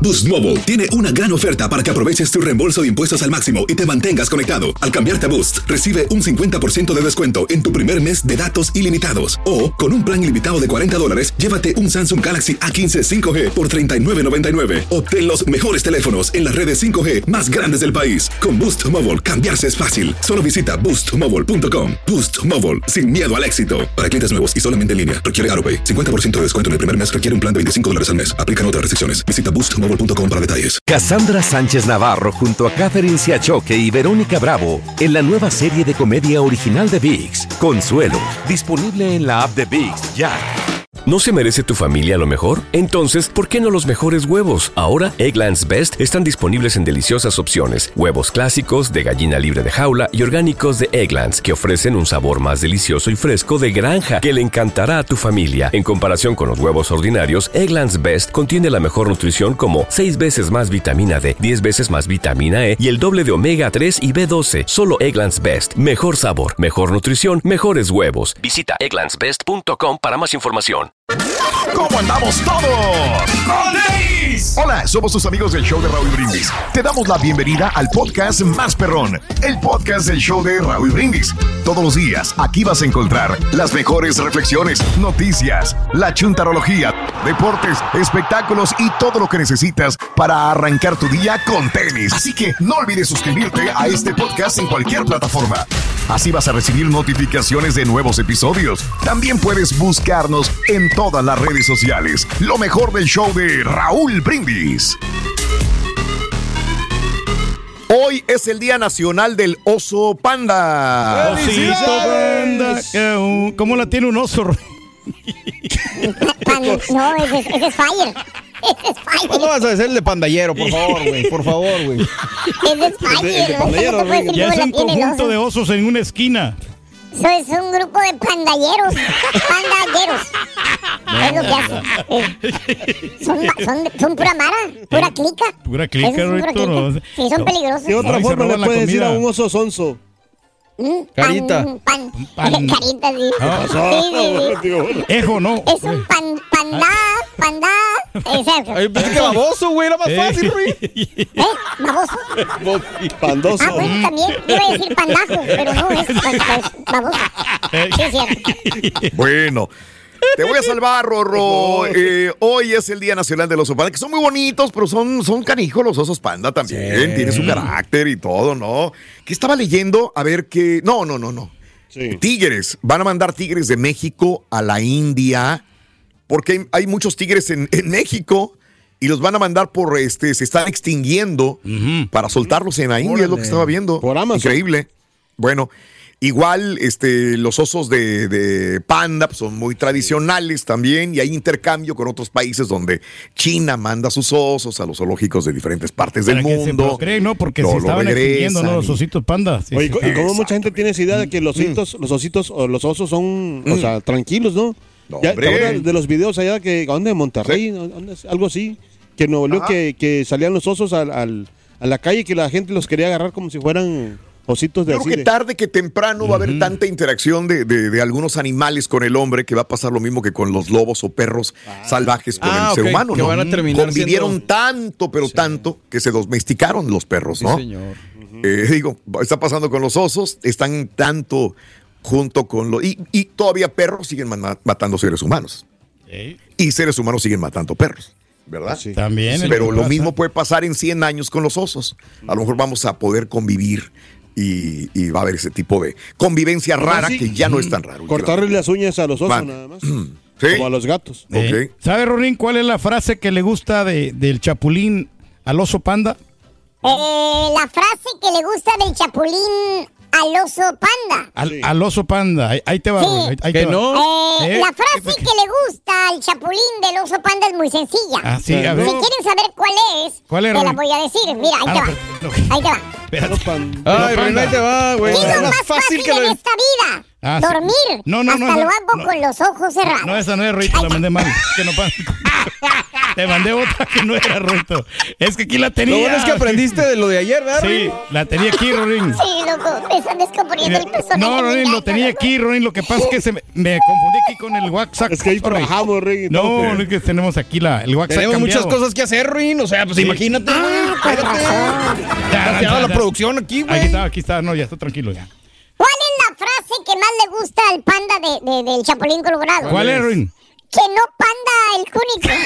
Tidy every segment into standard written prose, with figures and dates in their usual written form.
Boost Mobile tiene una gran oferta para que aproveches tu reembolso de impuestos al máximo y te mantengas conectado. Al cambiarte a Boost, recibe un 50% de descuento en tu primer mes de datos ilimitados. O, con un plan ilimitado de $40, llévate un Samsung Galaxy A15 5G por $39.99. Obtén los mejores teléfonos en las redes 5G más grandes del país. Con Boost Mobile, cambiarse es fácil. Solo visita boostmobile.com. Boost Mobile, sin miedo al éxito. Para clientes nuevos y solamente en línea, requiere AroPay. 50% de descuento en el primer mes requiere un plan de $25 al mes. Aplican otras restricciones. Visita boostmobile.com para detalles. Cassandra Sánchez Navarro junto a Catherine Siachoque y Verónica Bravo en la nueva serie de comedia original de ViX, Consuelo, disponible en la app de ViX ya. ¿No se merece tu familia lo mejor? Entonces, ¿por qué no los mejores huevos? Ahora, Eggland's Best están disponibles en deliciosas opciones. Huevos clásicos, de gallina libre de jaula y orgánicos de Eggland's, que ofrecen un sabor más delicioso y fresco de granja que le encantará a tu familia. En comparación con los huevos ordinarios, Eggland's Best contiene la mejor nutrición como 6 veces más vitamina D, 10 veces más vitamina E y el doble de omega 3 y B12. Solo Eggland's Best. Mejor sabor, mejor nutrición, mejores huevos. Visita egglandsbest.com para más información. ¿Cómo andamos todos? Hola, somos tus amigos del show de Raúl Brindis. Te damos la bienvenida al podcast más perrón, el podcast del show de Raúl Brindis. Todos los días aquí vas a encontrar las mejores reflexiones, noticias, la chuntarología, deportes, espectáculos y todo lo que necesitas para arrancar tu día con tenis. Así que no olvides suscribirte a este podcast en cualquier plataforma. Así vas a recibir notificaciones de nuevos episodios. También puedes buscarnos en todas las redes sociales. Lo mejor del show de Raúl Brindis. Hoy es el Día Nacional del Oso Panda. Osito Panda. ¿Cómo la tiene un oso? No, ese es Fire. ¿Cuándo vas a ser el de pandallero, por favor, güey? Por favor, güey. Ese es Fire. Ya es un conjunto de osos en una esquina. Eso es un grupo de pandalleros. Es lo que hacen. Son pura mara, pura clica. Pura clica, Rito. Sí, son peligrosos. ¿Qué otra forma le puedes decir a un oso sonso? Carita. Carita, sí. Ejo, no. Es un panda. Exacto. Ay, pensé que baboso, güey, era más fácil, güey. ¿Baboso? Pandoso. Ah, bueno, también iba a decir pandajo, pero no, es baboso. Sí, es cierto. Bueno. Te voy a salvar, Rorro. Hoy es el Día Nacional del Oso Panda, que son muy bonitos, pero son canijos los osos panda también. Sí. Tienen su carácter y todo, ¿no? ¿Qué estaba leyendo? A ver qué... No. Sí. Tigres. Van a mandar tigres de México a la India, porque hay muchos tigres en México y los van a mandar se están extinguiendo para soltarlos en la India, es lo que estaba viendo. Por Amazon. Increíble. Bueno... Igual, los osos de panda son muy tradicionales también y hay intercambio con otros países donde China manda sus osos a los zoológicos de diferentes partes del mundo. Se creen, ¿no? Porque se estaban extinguiendo, ¿no? Los ositos panda. Sí, oye, y como mucha gente tiene esa idea de que los ositos o los osos son, o sea, tranquilos, ¿no? Ya, de los videos allá que, ¿dónde? Monterrey, ¿sí? Algo así, que en Nuevo León que salían los osos a la calle, que la gente los quería agarrar como si fueran... ositos de Yo creo que tarde que temprano va a haber tanta interacción de algunos animales con el hombre que va a pasar lo mismo que con los lobos o perros salvajes con el ser humano, que ¿no? van a terminar convivieron tanto, pero tanto, que se domesticaron los perros, ¿no? Sí, señor. Está pasando con los osos, están tanto junto con los... Y todavía perros siguen matando seres humanos. Y seres humanos siguen matando perros. ¿Verdad? Sí. También. Pero lo mismo puede pasar en 100 años con los osos. A lo mejor vamos a poder convivir y va a haber ese tipo de convivencia rara que ya no es tan raro. Cortarle las uñas a los osos nada más. ¿Sí? Como a los gatos. Okay. ¿Sabe, Rorín, cuál es la frase que le gusta del chapulín al oso panda? La frase que le gusta del chapulín al oso panda. Al oso panda. Ahí te va. Sí. Ahí te va. La frase que le gusta al chapulín del oso panda es muy sencilla. Ah, sí, a ver. Si quieren saber cuál es, te la voy a decir. Mira, ahí te va. Ahí te va. Ay, René, ahí te va, güey. ¿Qué es lo más fácil en esta vida? Dormir. No, hasta lo hago con los ojos cerrados. No, esa no es, Rito, la mandé mal. Que no pasa. Te mandé otra que no era, Rito. Es que aquí la tenía. Lo bueno es que aprendiste de lo de ayer, ¿verdad, Sí, la tenía aquí, Rorín. Sí, loco, me están descomponiendo el personaje. No, Rorín, lo tenía aquí, Rorín. Lo que pasa es que me confundí aquí con el WhatsApp. Es que ahí trabajamos, Rorín. No, es que tenemos aquí el WhatsApp. Tenemos cambiado. muchas cosas que hacer, Rorín. O sea, pues imagínate, güey. La producción aquí, güey. Aquí está. No, ya está tranquilo ya. ¿Cuál es la frase que más le gusta al panda del Chapulín Colorado? ¿Cuál es, Rorín? Que no panda el cúnico.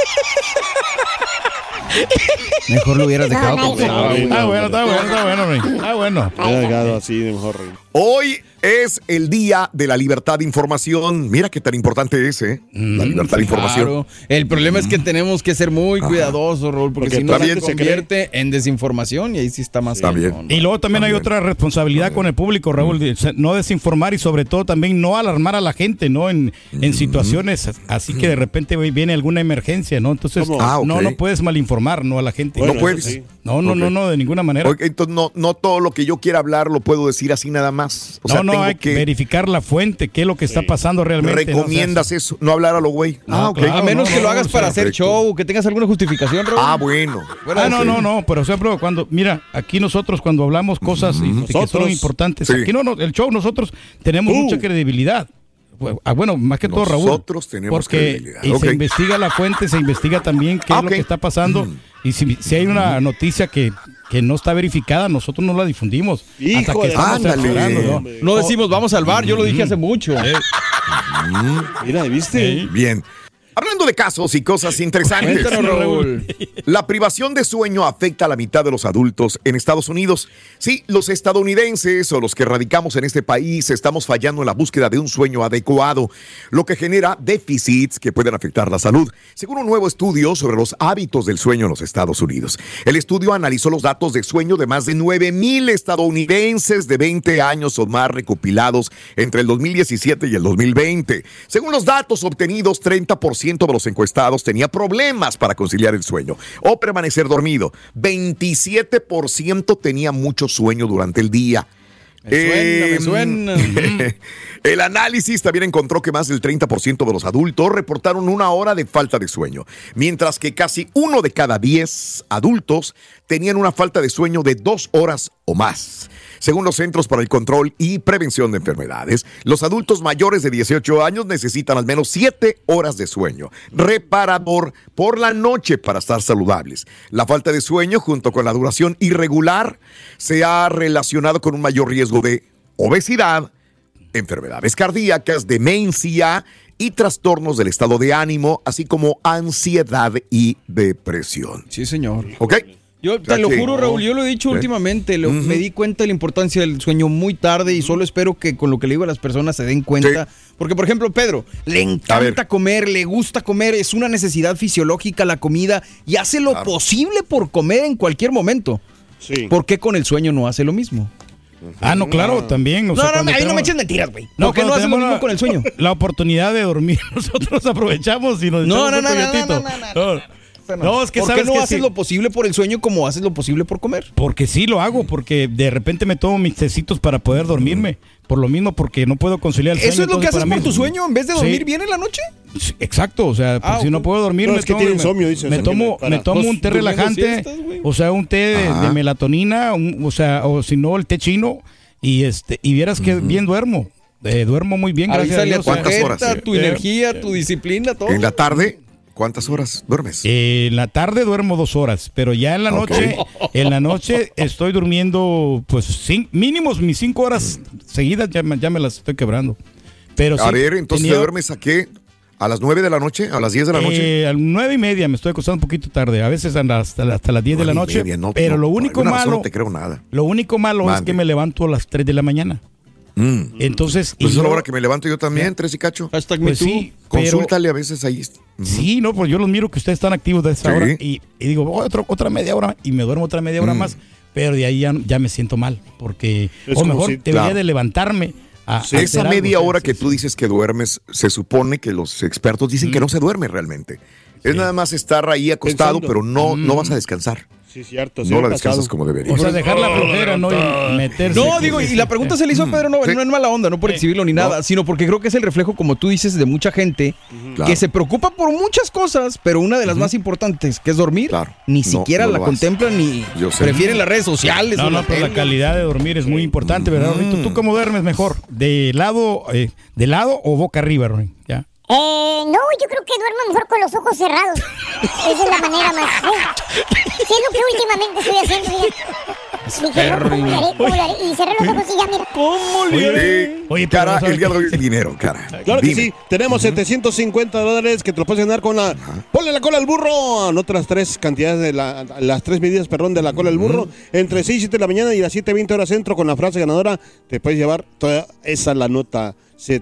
Mejor lo hubieras dejado con Está bueno, Rorín. Está bueno. He dejado así de mejor, Rorín. Hoy es el Día de la Libertad de Información. Mira qué tan importante es, la libertad de información. Claro. El problema es que tenemos que ser muy cuidadosos, Raúl, porque si no se convierte en desinformación y ahí sí está más. Está bien. Y luego también hay otra responsabilidad con el público, Raúl, no desinformar y sobre todo también no alarmar a la gente, ¿no? En situaciones así que de repente viene alguna emergencia, ¿no? Entonces no puedes malinformar, ¿no? A la gente. Bueno, no puedes. Sí. No, de ninguna manera. Entonces no todo lo que yo quiera hablar lo puedo decir así nada más. O sea, hay que verificar la fuente, qué es lo que está pasando realmente. ¿Recomiendas eso? No hablar a lo güey. A menos que lo hagas para hacer show, que tengas alguna justificación, Raúl. Bueno. No, por ejemplo, mira, aquí nosotros cuando hablamos cosas que son importantes, aquí el show nosotros tenemos mucha credibilidad. Bueno, más que todo, Raúl. Nosotros tenemos credibilidad. Y se investiga la fuente, se investiga también qué es lo que está pasando. Y si hay una noticia que no está verificada, nosotros no la difundimos. Hijo hasta que no decimos vamos al bar, yo lo dije hace mucho. Mira, ¿viste? Bien. Hablando de casos y cosas interesantes, la privación de sueño afecta a la mitad de los adultos en Estados Unidos. Sí, los estadounidenses o los que radicamos en este país estamos fallando en la búsqueda de un sueño adecuado, lo que genera déficits que pueden afectar la salud, según un nuevo estudio sobre los hábitos del sueño en los Estados Unidos. El estudio analizó los datos de sueño de más de 9,000 estadounidenses de 20 años o más recopilados entre el 2017 y el 2020. Según los datos obtenidos, 30% de los encuestados tenía problemas para conciliar el sueño o permanecer dormido. 27% tenía mucho sueño durante el día. Me suena. El análisis también encontró que más del 30% de los adultos reportaron 1 hora de falta de sueño, mientras que casi 1 de cada 10 adultos tenían una falta de sueño de 2 horas o más. Según los Centros para el Control y Prevención de Enfermedades, los adultos mayores de 18 años necesitan al menos 7 horas de sueño reparador por la noche para estar saludables. La falta de sueño, junto con la duración irregular, se ha relacionado con un mayor riesgo de obesidad, enfermedades cardíacas, demencia y trastornos del estado de ánimo, así como ansiedad y depresión. Sí, señor. ¿Ok? Yo te lo juro, Raúl, yo lo he dicho últimamente, me di cuenta de la importancia del sueño muy tarde y solo espero que con lo que le digo a las personas se den cuenta. Porque, por ejemplo, Pedro, le encanta comer, le gusta comer, es una necesidad fisiológica la comida y hace lo posible por comer en cualquier momento. Sí. ¿Por qué con el sueño no hace lo mismo? No, claro, también. O sea, ahí no me eches mentiras, güey. ¿Por qué no hace lo mismo con el sueño? La oportunidad de dormir, nosotros aprovechamos y nos echamos un coyotito. No, es que ¿por qué no haces lo posible por el sueño como haces lo posible por comer? Porque sí lo hago, porque de repente me tomo mis tecitos para poder dormirme. Por lo mismo, porque no puedo conciliar el sueño. ¿Eso es lo que haces por tu sueño en vez de dormir bien en la noche? Exacto, o sea, si no puedo dormir, me tomo un té relajante, o sea, un té de melatonina, o si no, el té chino, y vieras que bien duermo. Duermo muy bien, gracias a Dios. ¿Cuántas horas? Tu energía, tu disciplina, todo. ¿En la tarde? ¿Cuántas horas duermes? En la tarde duermo 2 horas, pero ya en la noche estoy durmiendo, pues mínimos mis 5 horas seguidas, ya me las estoy quebrando. Pero a ver, entonces ¿te duermes a qué? ¿A las 9 de la noche? ¿A las 10 de la noche? A las 9:30 me estoy acostando un poquito tarde, a veces hasta las 10 de la noche. Pero lo único malo, no te creo nada. Lo único malo es que me levanto a las 3 de la mañana. Entonces, pues es la hora que me levanto yo también, 3 y cacho. Pues sí, consúltale a veces ahí. Sí, no, pues yo los miro que ustedes están activos de esa hora y digo, otra media hora y me duermo otra media hora más, pero de ahí ya me siento mal, porque mejor debería de levantarme. Esa media hora que tú dices que duermes, se supone que los expertos dicen que no se duerme realmente. Es nada más estar ahí acostado, pero no vas a descansar. Sí, cierto. No la descansas como debería. O sea, dejar la flojera, no meterse. No, digo, y la pregunta se le hizo a Pedro, no es mala onda, no por exhibirlo ni nada, sino porque creo que es el reflejo, como tú dices, de mucha gente que se preocupa por muchas cosas, pero una de las más importantes, que es dormir, ni siquiera la contemplan ni prefieren las redes sociales. No, pero la calidad de dormir es muy importante, ¿verdad, Rorrito? ¿Tú cómo duermes mejor? ¿De lado o boca arriba, Rorrito? ¿Ya? No, yo creo que duermo mejor con los ojos cerrados. Esa es la manera más. Sí, es lo que últimamente estoy haciendo, mira. ¿Cómo lo haré? Y cerré los ojos y ya, mira. ¿Cómo le haré? Oye, cara, el día de hoy dinero, cara. Claro que sí. Tenemos $750 que te lo puedes ganar con la... Ponle la cola al burro. En otras tres cantidades de las tres medidas, de la cola al burro. Entre 6 y 7 de la mañana y las 7:20 horas centro con la frase ganadora. Te puedes llevar toda esa la nota.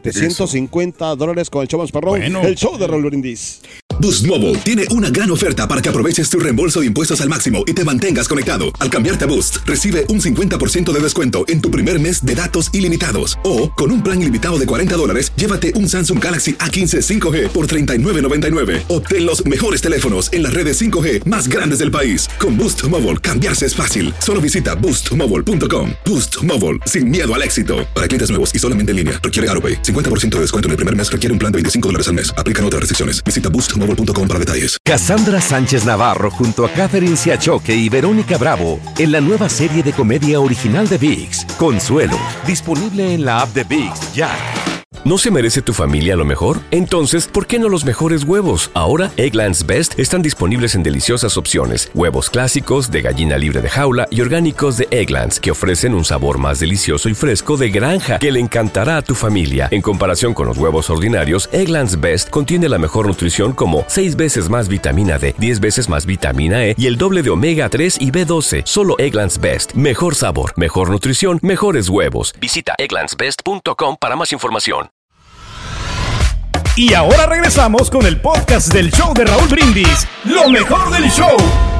$750 con el show más perrón, el show de Raúl Brindis. Boost Mobile tiene una gran oferta para que aproveches tu reembolso de impuestos al máximo y te mantengas conectado. Al cambiarte a Boost, recibe un 50% de descuento en tu primer mes de datos ilimitados. O, con un plan ilimitado de $40, llévate un Samsung Galaxy A15 5G por $39.99. Obtén los mejores teléfonos en las redes 5G más grandes del país. Con Boost Mobile, cambiarse es fácil. Solo visita boostmobile.com. Boost Mobile, sin miedo al éxito. Para clientes nuevos y solamente en línea, requiere AroPay. 50% de descuento en el primer mes, requiere un plan de $25 al mes. Aplican otras restricciones. Visita boostmobile.com para detalles. Cassandra Sánchez Navarro junto a Catherine Siachoque y Verónica Bravo en la nueva serie de comedia original de ViX, Consuelo, disponible en la app de ViX ya. ¿No se merece tu familia lo mejor? Entonces, ¿por qué no los mejores huevos? Ahora, Eggland's Best están disponibles en deliciosas opciones. Huevos clásicos, de gallina libre de jaula y orgánicos de Eggland's, que ofrecen un sabor más delicioso y fresco de granja que le encantará a tu familia. En comparación con los huevos ordinarios, Eggland's Best contiene la mejor nutrición como 6 veces más vitamina D, 10 veces más vitamina E y el doble de omega 3 y B12. Solo Eggland's Best. Mejor sabor, mejor nutrición, mejores huevos. Visita egglandsbest.com para más información. Y ahora regresamos con el podcast del show de Raúl Brindis, lo mejor del show.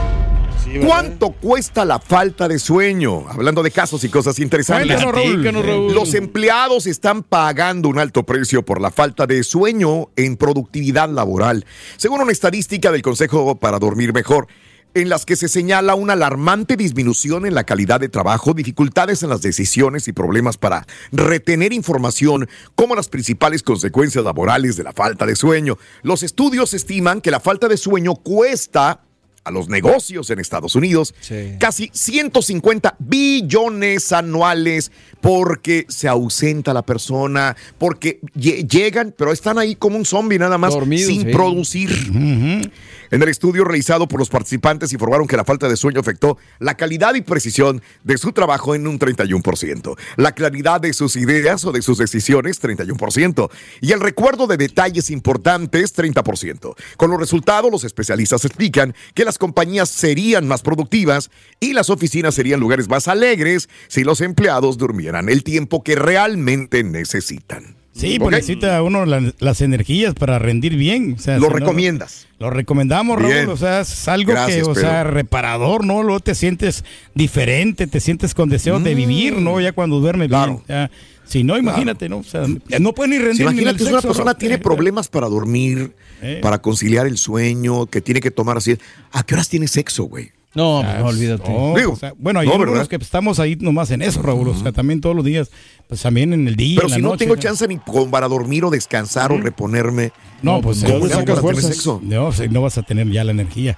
¿Cuánto cuesta la falta de sueño? Hablando de casos y cosas interesantes. Raúl. Los empleados están pagando un alto precio por la falta de sueño en productividad laboral. Según una estadística del Consejo para Dormir Mejor, en las que se señala una alarmante disminución en la calidad de trabajo, dificultades en las decisiones y problemas para retener información como las principales consecuencias laborales de la falta de sueño. Los estudios estiman que la falta de sueño cuesta a los negocios en Estados Unidos casi 150 billones anuales porque se ausenta la persona, porque llegan, pero están ahí como un zombie nada más, dormidos, sin producir. En el estudio realizado por los participantes informaron que la falta de sueño afectó la calidad y precisión de su trabajo en un 31%, la claridad de sus ideas o de sus decisiones 31% y el recuerdo de detalles importantes 30%. Con los resultados, los especialistas explican que las compañías serían más productivas y las oficinas serían lugares más alegres si los empleados durmieran el tiempo que realmente necesitan. Sí, pues necesita uno las energías para rendir bien. O sea, ¿Lo recomiendas? Lo recomendamos, Raúl. O sea, es algo Gracias, reparador, ¿no? Luego te sientes diferente, te sientes con deseo de vivir, ¿no? Ya cuando duermes bien. O sea, si no, imagínate, ¿no? O sea, no puede ni rendir. Imagínate ni el una sexo, persona tiene problemas para dormir, para conciliar el sueño, que tiene que tomar así. ¿A qué horas tiene sexo, güey? No, no, olvídate. No, o sea, bueno, hay algunos que estamos ahí nomás en eso, Raúl. O sea, también todos los días, pues también en el día, pero en la si no noche, tengo chance ni para dormir o descansar o reponerme. No, pues ¿cómo sacas fuerzas? Sexo? No vas a tener ya la energía.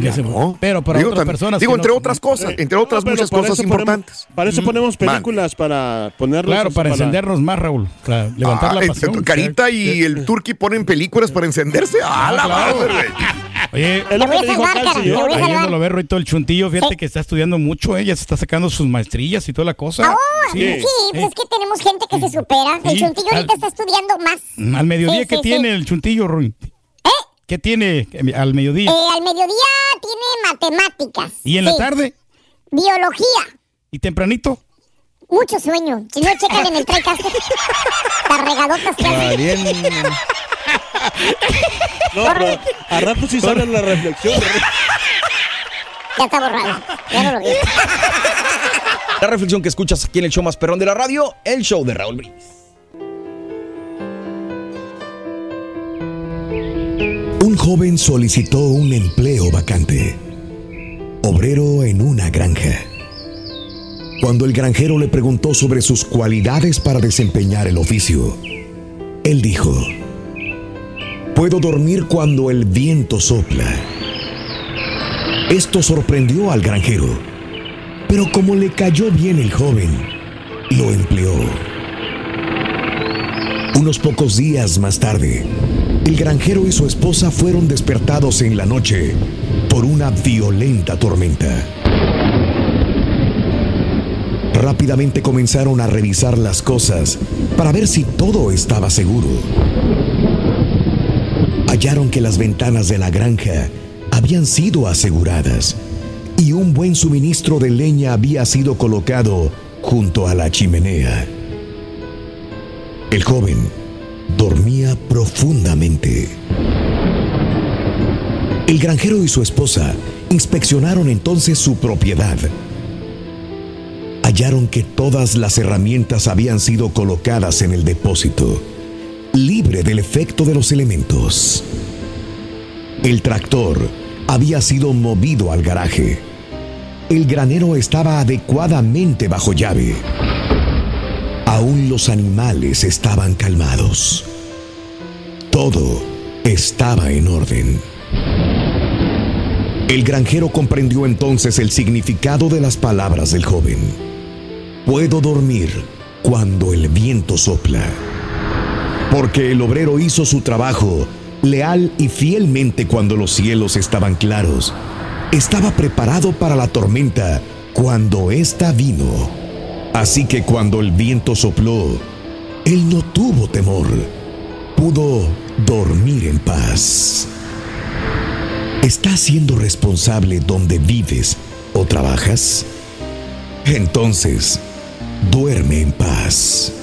Pero para otras personas. Digo, entre otras cosas, entre otras muchas cosas importantes. Para eso ponemos películas, para ponerlos. Claro, para encendernos más, Raúl. Para levantar la pasión. Carita y el Turqui ponen películas para encenderse. ¡Ah, la madre! Oye, te voy a salvar, cara. Te voy a salvar. Lo ve Roito el Chuntillo, fíjate que está estudiando mucho, ya se está sacando sus maestrillas y toda la cosa. Sí, pues es que tenemos gente que se supera. El Chuntillo ahorita está estudiando más. Al mediodía, ¿qué tiene el Chuntillo, Ruin? ¿Qué tiene al mediodía? Al mediodía tiene matemáticas. ¿Y en la tarde? Biología. ¿Y tempranito? Mucho sueño. Si no, checan en el TriCaster. Las regadotas que hacen. No, pero a rato sí sale la reflexión. Ya está borrado. Ya no lo vi. La reflexión que escuchas aquí en el show más perrón de la radio, el show de Raúl Brindis. Un joven solicitó un empleo vacante. obrero en una granja. Cuando el granjero le preguntó sobre sus cualidades para desempeñar el oficio, él dijo: puedo dormir cuando el viento sopla. Esto sorprendió al granjero, pero como le cayó bien el joven, lo empleó. Unos pocos días más tarde, el granjero y su esposa fueron despertados en la noche por una violenta tormenta. Rápidamente comenzaron a revisar las cosas para ver si todo estaba seguro. Hallaron que las ventanas de la granja habían sido aseguradas y un buen suministro de leña había sido colocado junto a la chimenea. El joven dormía profundamente. El granjero y su esposa inspeccionaron entonces su propiedad. Hallaron que todas las herramientas habían sido colocadas en el depósito, libre del efecto de los elementos. El tractor había sido movido al garaje. El granero estaba adecuadamente bajo llave. Aún los animales estaban calmados. Todo estaba en orden. El granjero comprendió entonces el significado de las palabras del joven. Puedo dormir cuando el viento sopla. Porque el obrero hizo su trabajo leal y fielmente cuando los cielos estaban claros. Estaba preparado para la tormenta cuando ésta vino. Así que cuando el viento sopló, él no tuvo temor. Pudo dormir en paz. ¿Estás siendo responsable donde vives o trabajas? Entonces, duerme en paz.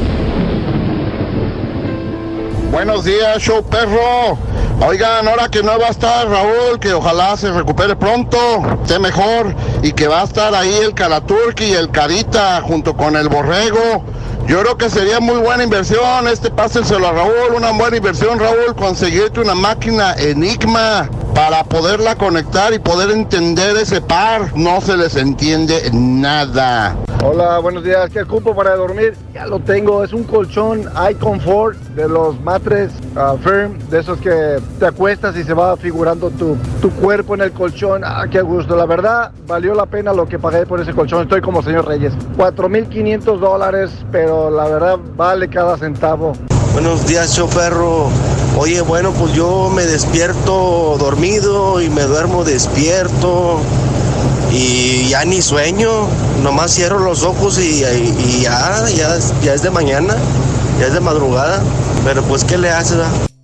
Buenos días, show perro. Oigan, ahora que no va a estar Raúl, que ojalá se recupere pronto, esté mejor, y que va a estar ahí el Calaturki y el Carita junto con el Borrego. Yo creo que sería muy buena inversión, pásenselo a Raúl, una buena inversión, Raúl, conseguirte una máquina Enigma para poderla conectar y poder entender ese par. No se les entiende nada. Hola, buenos días. ¿Qué ocupo para dormir? Ya lo tengo, es un colchón iComfort de los Mattress Firm, de esos que te acuestas y se va figurando tu cuerpo en el colchón. Ah, qué gusto. La verdad, valió la pena lo que pagué por ese colchón. Estoy como señor Reyes. $4,500, pero la verdad vale cada centavo. Buenos días, show perro. Oye, bueno, pues yo me despierto dormido y me duermo despierto. Y ya ni sueño, nomás cierro los ojos y ya es de mañana, ya es de madrugada, pero pues ¿qué le haces?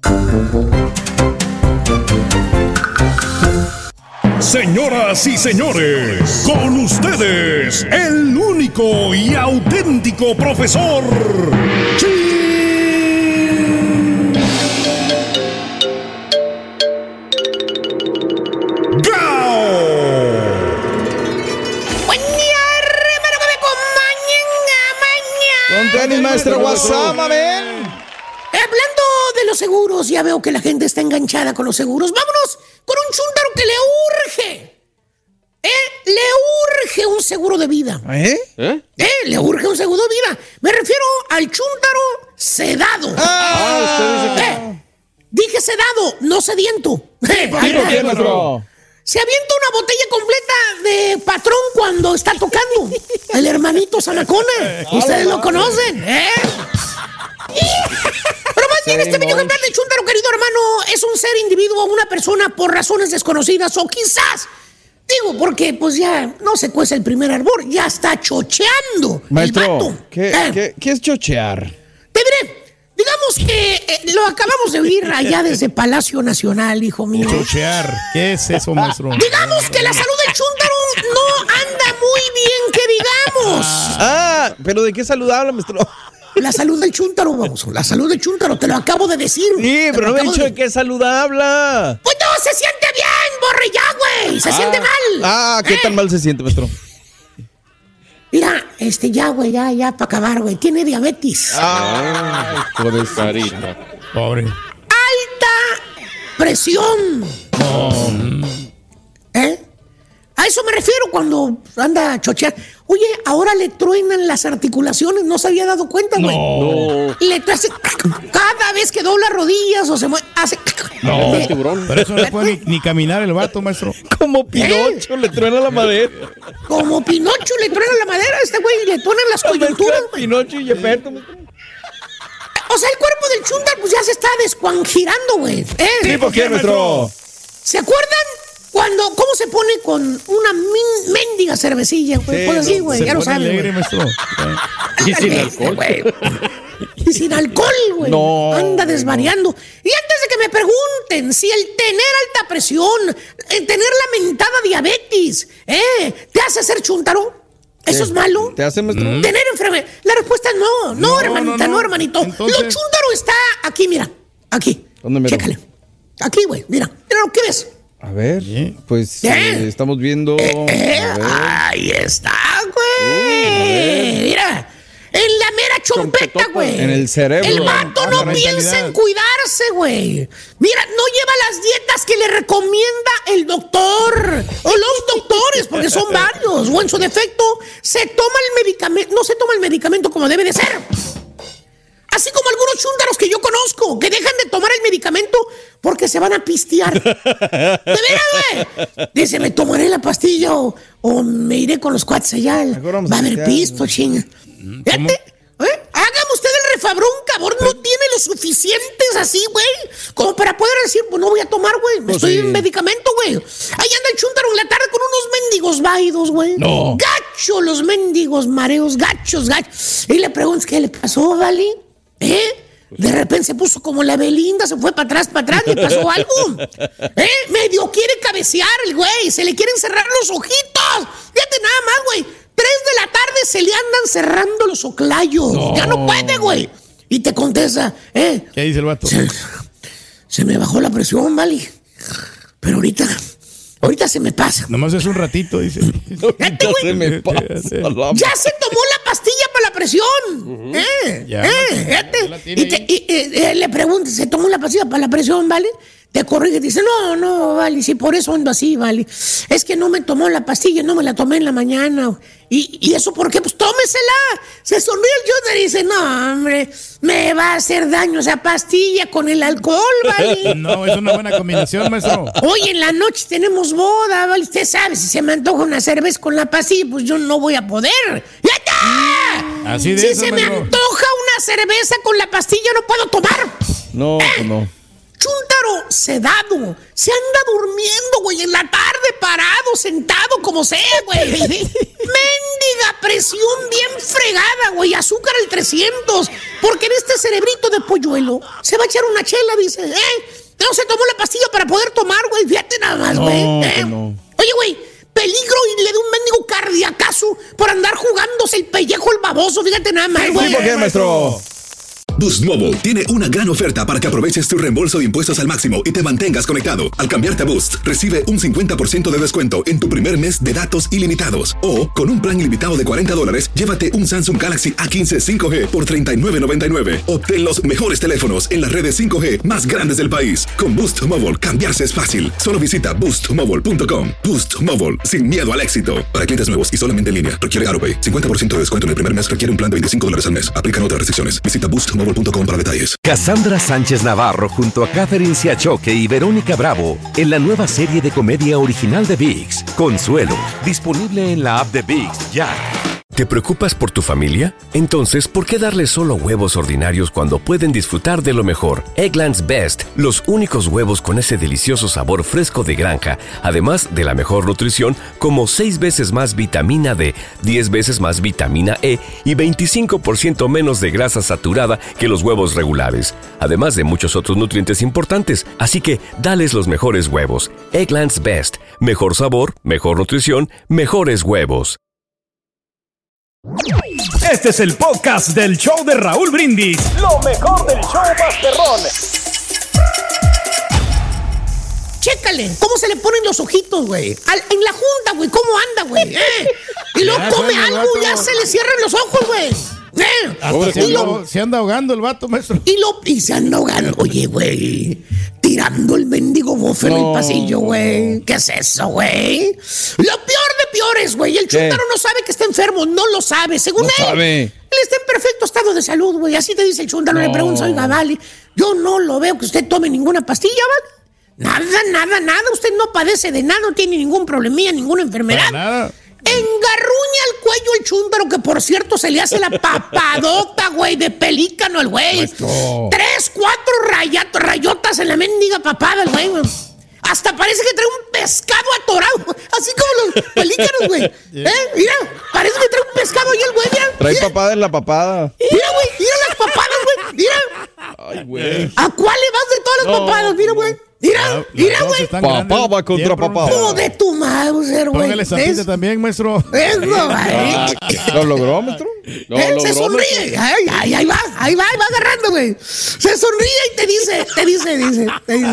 Señoras y señores, con ustedes, el único y auténtico profesor maestro WhatsApp, ven. Hablando de los seguros, ya veo que la gente está enganchada con los seguros. Vámonos con un chúntaro que le urge. Le urge un seguro de vida. Le urge un seguro de vida. Me refiero al chúntaro sedado. Usted dice que... Dije sedado, no sediento. Se avienta una botella completa de Patrón cuando está tocando. El hermanito Zamacona. Ustedes lo conocen, Pero más bien este bello ejemplar de chúntaro, querido hermano, es un ser individuo, una persona por razones desconocidas o quizás, digo, porque pues ya no se cuece el primer árbol, ya está chocheando. Maestro, el vato. ¿Qué es chochear? Te diré. Digamos que lo acabamos de oír allá desde Palacio Nacional, hijo mío. Chochear. ¿Qué es eso, maestro? Digamos que la salud del chúntaro no anda muy bien, que digamos. ¿Pero de qué salud habla, maestro? La salud del chúntaro, vamos. La salud del chúntaro, te lo acabo de decir. Sí, pero no me he dicho de qué salud habla. Pues no, se siente bien, borre ya, güey. Se siente mal. ¿Qué tan mal se siente, maestro? Mira, ya, güey, ya para acabar, güey. Tiene diabetes. Pobre carita. Pobre. Alta presión. No. A eso me refiero cuando anda a chochear. Oye, ahora le truenan las articulaciones, no se había dado cuenta, güey. No. Le hace cada vez que dobla rodillas o se mueve, hace. No, pero eso no puede ni caminar el vato, maestro. Como Pinocho le truena la madera. Como Pinocho le truena la madera a este güey, le truenan las coyunturas, güey. Pinocho y Gepetto. O sea, el cuerpo del Chuntaro pues ya se está descuangirando, güey. ¿Sí, por qué, maestro? ¿Se acuerdan? ¿Cómo se pone con una mendiga cervecilla, güey? Pues así, güey, ya lo saben, güey. Y sin alcohol, güey. Y sin alcohol, güey. No. Anda desvariando. Y antes de que me pregunten si el tener alta presión, el tener la mentada diabetes, ¿te hace ser chúntaro? ¿Eso es malo? ¿Te hace, maestro? Tener enfermedad. La respuesta es no. No, hermanita, no, hermanito. Entonces... Lo chúntaro está aquí, mira. Aquí. ¿Dónde me Chécale. Aquí, güey. Mira lo que ves. A ver, pues estamos viendo. Ahí está, güey. Mira. En la mera chompeta, güey. En el cerebro. El vato no piensa en cuidarse, güey. Mira, no lleva las dietas que le recomienda el doctor o los doctores, porque son varios. O en su defecto, se toma el medicamento, no se toma el medicamento como debe de ser. Así como algunos chúntaros que yo conozco, que dejan de tomar el medicamento porque se van a pistear. ¿De veras, güey? Dice, me tomaré la pastilla o me iré con los cuates allá. Va a haber pisto, chinga. Fíjate, hágame usted el refabrón, cabrón. No tiene lo suficientes así, güey, como para poder decir, pues no voy a tomar, güey. Me estoy en medicamento, güey. Ahí anda el chúntaro en la tarde con unos mendigos vaídos, güey. No. Gacho, los mendigos mareos, gachos. Y le preguntas, ¿qué le pasó, Vali? De repente se puso como la Belinda, se fue para atrás, ¿le pasó algo? Medio quiere cabecear el güey, se le quieren cerrar los ojitos. Fíjate nada más, güey. 3 de la tarde se le andan cerrando los oclayos. No. Ya no puede, güey. Y te contesta, ¿qué dice el vato? Se me bajó la presión, Vali. Pero ahorita se me pasa. Nomás es un ratito, dice. Fíjate, güey. Se me pasa. Ya se tomó la pastilla para la presión. Fíjate. Y le preguntas, ¿se tomó la pastilla para la presión, Vale? Te corrige y dice, no, Vale, si por eso ando así, Vale. Es que no me tomó la pastilla, no me la tomé en la mañana. ¿Y eso por qué? Pues tómesela. Se sonríe el Junior y dice, no, hombre, me va a hacer daño esa pastilla con el alcohol, Vale. No, es una buena combinación, maestro. Hoy en la noche tenemos boda, Vale. Usted sabe, si se me antoja una cerveza con la pastilla, pues yo no voy a poder. ¡Ya está! Así de si eso, se maestro. me antoja una cerveza con la pastilla, no puedo tomar. No, no. Chúntaro sedado, se anda durmiendo, güey, en la tarde, parado, sentado, como sea, güey. Mendiga presión bien fregada, güey, azúcar al 300. Porque en este cerebrito de polluelo se va a echar una chela, dice, no se tomó la pastilla para poder tomar, güey, fíjate nada más, güey. No. Oye, güey, peligro y le da un mendigo cardiacazo por andar jugándose el pellejo el baboso, fíjate nada más, güey. ¿Por qué, maestro? Boost Mobile tiene una gran oferta para que aproveches tu reembolso de impuestos al máximo y te mantengas conectado. Al cambiarte a Boost, recibe un 50% de descuento en tu primer mes de datos ilimitados. O, con un plan ilimitado de $40, llévate un Samsung Galaxy A15 5G por $39.99. Obtén los mejores teléfonos en las redes 5G más grandes del país. Con Boost Mobile, cambiarse es fácil. Solo visita boostmobile.com. Boost Mobile, sin miedo al éxito. Para clientes nuevos y solamente en línea, requiere AutoPay. 50% de descuento en el primer mes requiere un plan de $25 al mes. Aplican otras restricciones. Visita boostmobile.com para detalles. Cassandra Sánchez Navarro junto a Catherine Siachoque y Verónica Bravo en la nueva serie de comedia original de ViX, Consuelo, disponible en la app de ViX ya. ¿Te preocupas por tu familia? Entonces, ¿por qué darles solo huevos ordinarios cuando pueden disfrutar de lo mejor? Eggland's Best, los únicos huevos con ese delicioso sabor fresco de granja, además de la mejor nutrición, como 6 veces más vitamina D, 10 veces más vitamina E y 25% menos de grasa saturada que los huevos regulares, además de muchos otros nutrientes importantes. Así que, dales los mejores huevos. Eggland's Best, mejor sabor, mejor nutrición, mejores huevos. Este es el podcast del show de Raúl Brindis. Lo mejor del show Masterrón. Chécale, cómo se le ponen los ojitos, güey. En la junta, güey, cómo anda, güey. Y luego come algo y ya se le cierran los ojos, güey. Se anda ahogando el vato, maestro. Y se anda ahogando. Oye, güey, tirando el mendigo bofe en el pasillo, güey. ¿Qué es eso, güey? Lo peor el chúntaro no sabe que está enfermo, no lo sabe, según él está en perfecto estado de salud, güey, así te dice el chúntaro, le preguntas, oiga, vale, yo no lo veo que usted tome ninguna pastilla, ¿vale? Nada, usted no padece de nada, no tiene ningún problemilla, ninguna enfermedad. Nada. Engarruña el cuello el chúntaro, que por cierto se le hace la papadota, güey, de pelícano al güey. 3, 4 rayotas en la mendiga papada el güey. Hasta parece que trae un pescado atorado, así como los pelícanos, güey. Mira, parece que trae un pescado ahí el güey, mira. Trae papada en la papada. Mira, güey, mira las papadas, güey, mira. Ay, güey. ¿A cuál le vas de todas las papadas? Mira, güey. Mira, güey. Papá contra papá. ¡Oh, de tu madre, güey! Póngale zapita también, maestro. ¿Lo logró, maestro? Se sonríe. Ahí va agarrando, güey. Se sonríe y te dice.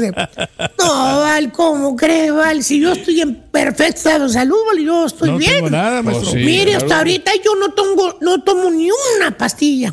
No, Val, ¿cómo crees, Val? Si yo estoy en perfecta salud, Val, yo estoy bien. No tengo nada, maestro. Mire, hasta ahorita yo no tomo ni una pastilla.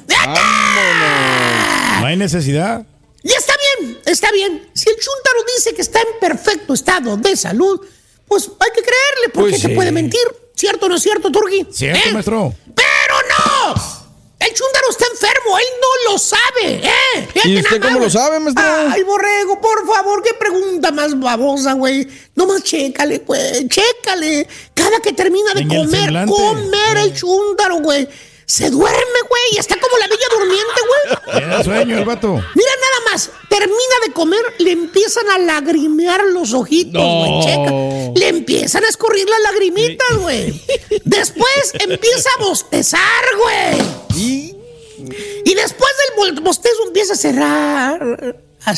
No hay necesidad. Y está bien. Si el chúntaro dice que está en perfecto estado de salud, pues hay que creerle, porque se puede mentir. ¿Cierto o no es cierto, Turqui? Cierto, maestro. ¡Pero no! El chúntaro está enfermo, él no lo sabe, ¿Y usted cómo lo sabe, maestro? Ay, borrego, por favor, qué pregunta más babosa, güey. Nomás chécale, güey, chécale. Cada que termina de comer el chúntaro, güey, se duerme, güey, está como la bella durmiente, güey. Tiene sueño el vato. Mira nada más, termina de comer, le empiezan a lagrimear los ojitos, güey, checa. Le empiezan a escurrir las lagrimitas, güey. Después empieza a bostezar, güey. Y después del bostezo empieza a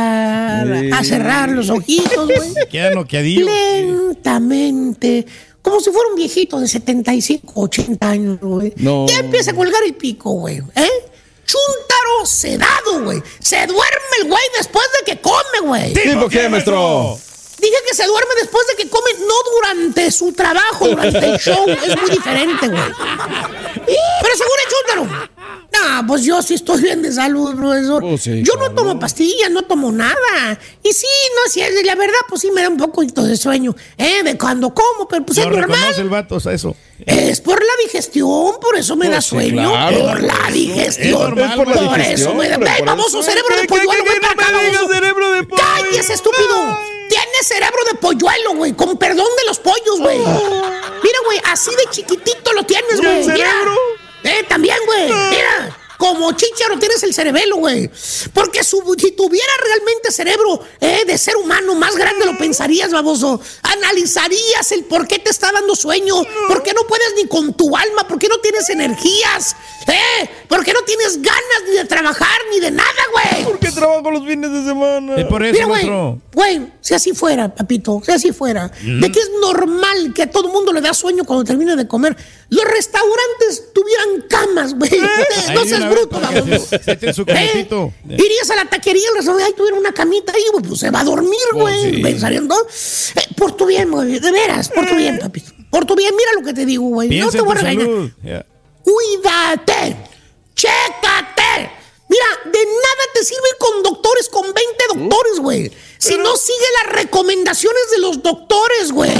cerrar los ojitos, güey. Queda noqueadillo. Lentamente. Como si fuera un viejito de 75, 80 años, güey. No. Ya empieza a colgar el pico, güey. Chúntaro sedado, güey. Se duerme el güey después de que come, güey. ¿Tipo qué, maestro? Dije que se duerme después de que come, no durante su trabajo, durante el show. Es muy diferente, güey. Pero según el chúntaro. No, pues yo sí estoy bien de salud, profesor. Yo no tomo pastillas, no tomo nada. Y sí, no, si es la verdad, pues sí me da un poquito de sueño. De cuando como, pero pues es normal. ¿Reconoce el vato eso? Es por la digestión, por eso me da sueño. Claro. Por la digestión. Es por eso me da. ¡Ven, famoso cerebro de polluelo! ¡Ven para acá, famoso! ¡Cállese, estúpido! Tienes cerebro de polluelo, güey. Con perdón de los pollos, güey. Mira, güey, así de chiquitito lo tienes, güey. ¿El cerebro? También, güey. Mira. Como chícharo tienes el cerebelo, güey. Porque si tuviera realmente cerebro de ser humano más grande, lo pensarías, baboso. Analizarías el por qué te está dando sueño. ¿Por qué no puedes ni con tu alma? ¿Por qué no tienes energías? ¿Por qué no tienes ganas ni de trabajar ni de nada, güey? ¿Por qué trabajo los fines de semana? Es por eso, mira, güey, si así fuera, papito, si así fuera, de que es normal que a todo mundo le da sueño cuando termina de comer, los restaurantes tuvieran camas, güey. No seas bruto, baboso. Irías a la taquería, el restaurante, ahí tuviera una camita ahí, güey, pues se va a dormir, güey. Pensarían, ¿no? Por tu bien, güey, de veras, por tu bien, papito. Por tu bien, mira lo que te digo, güey. No te voy a regañar. Cuídate, chécate. Mira, de nada te sirve ir con doctores, con 20 doctores, güey. Si no sigue las recomendaciones de los doctores, güey.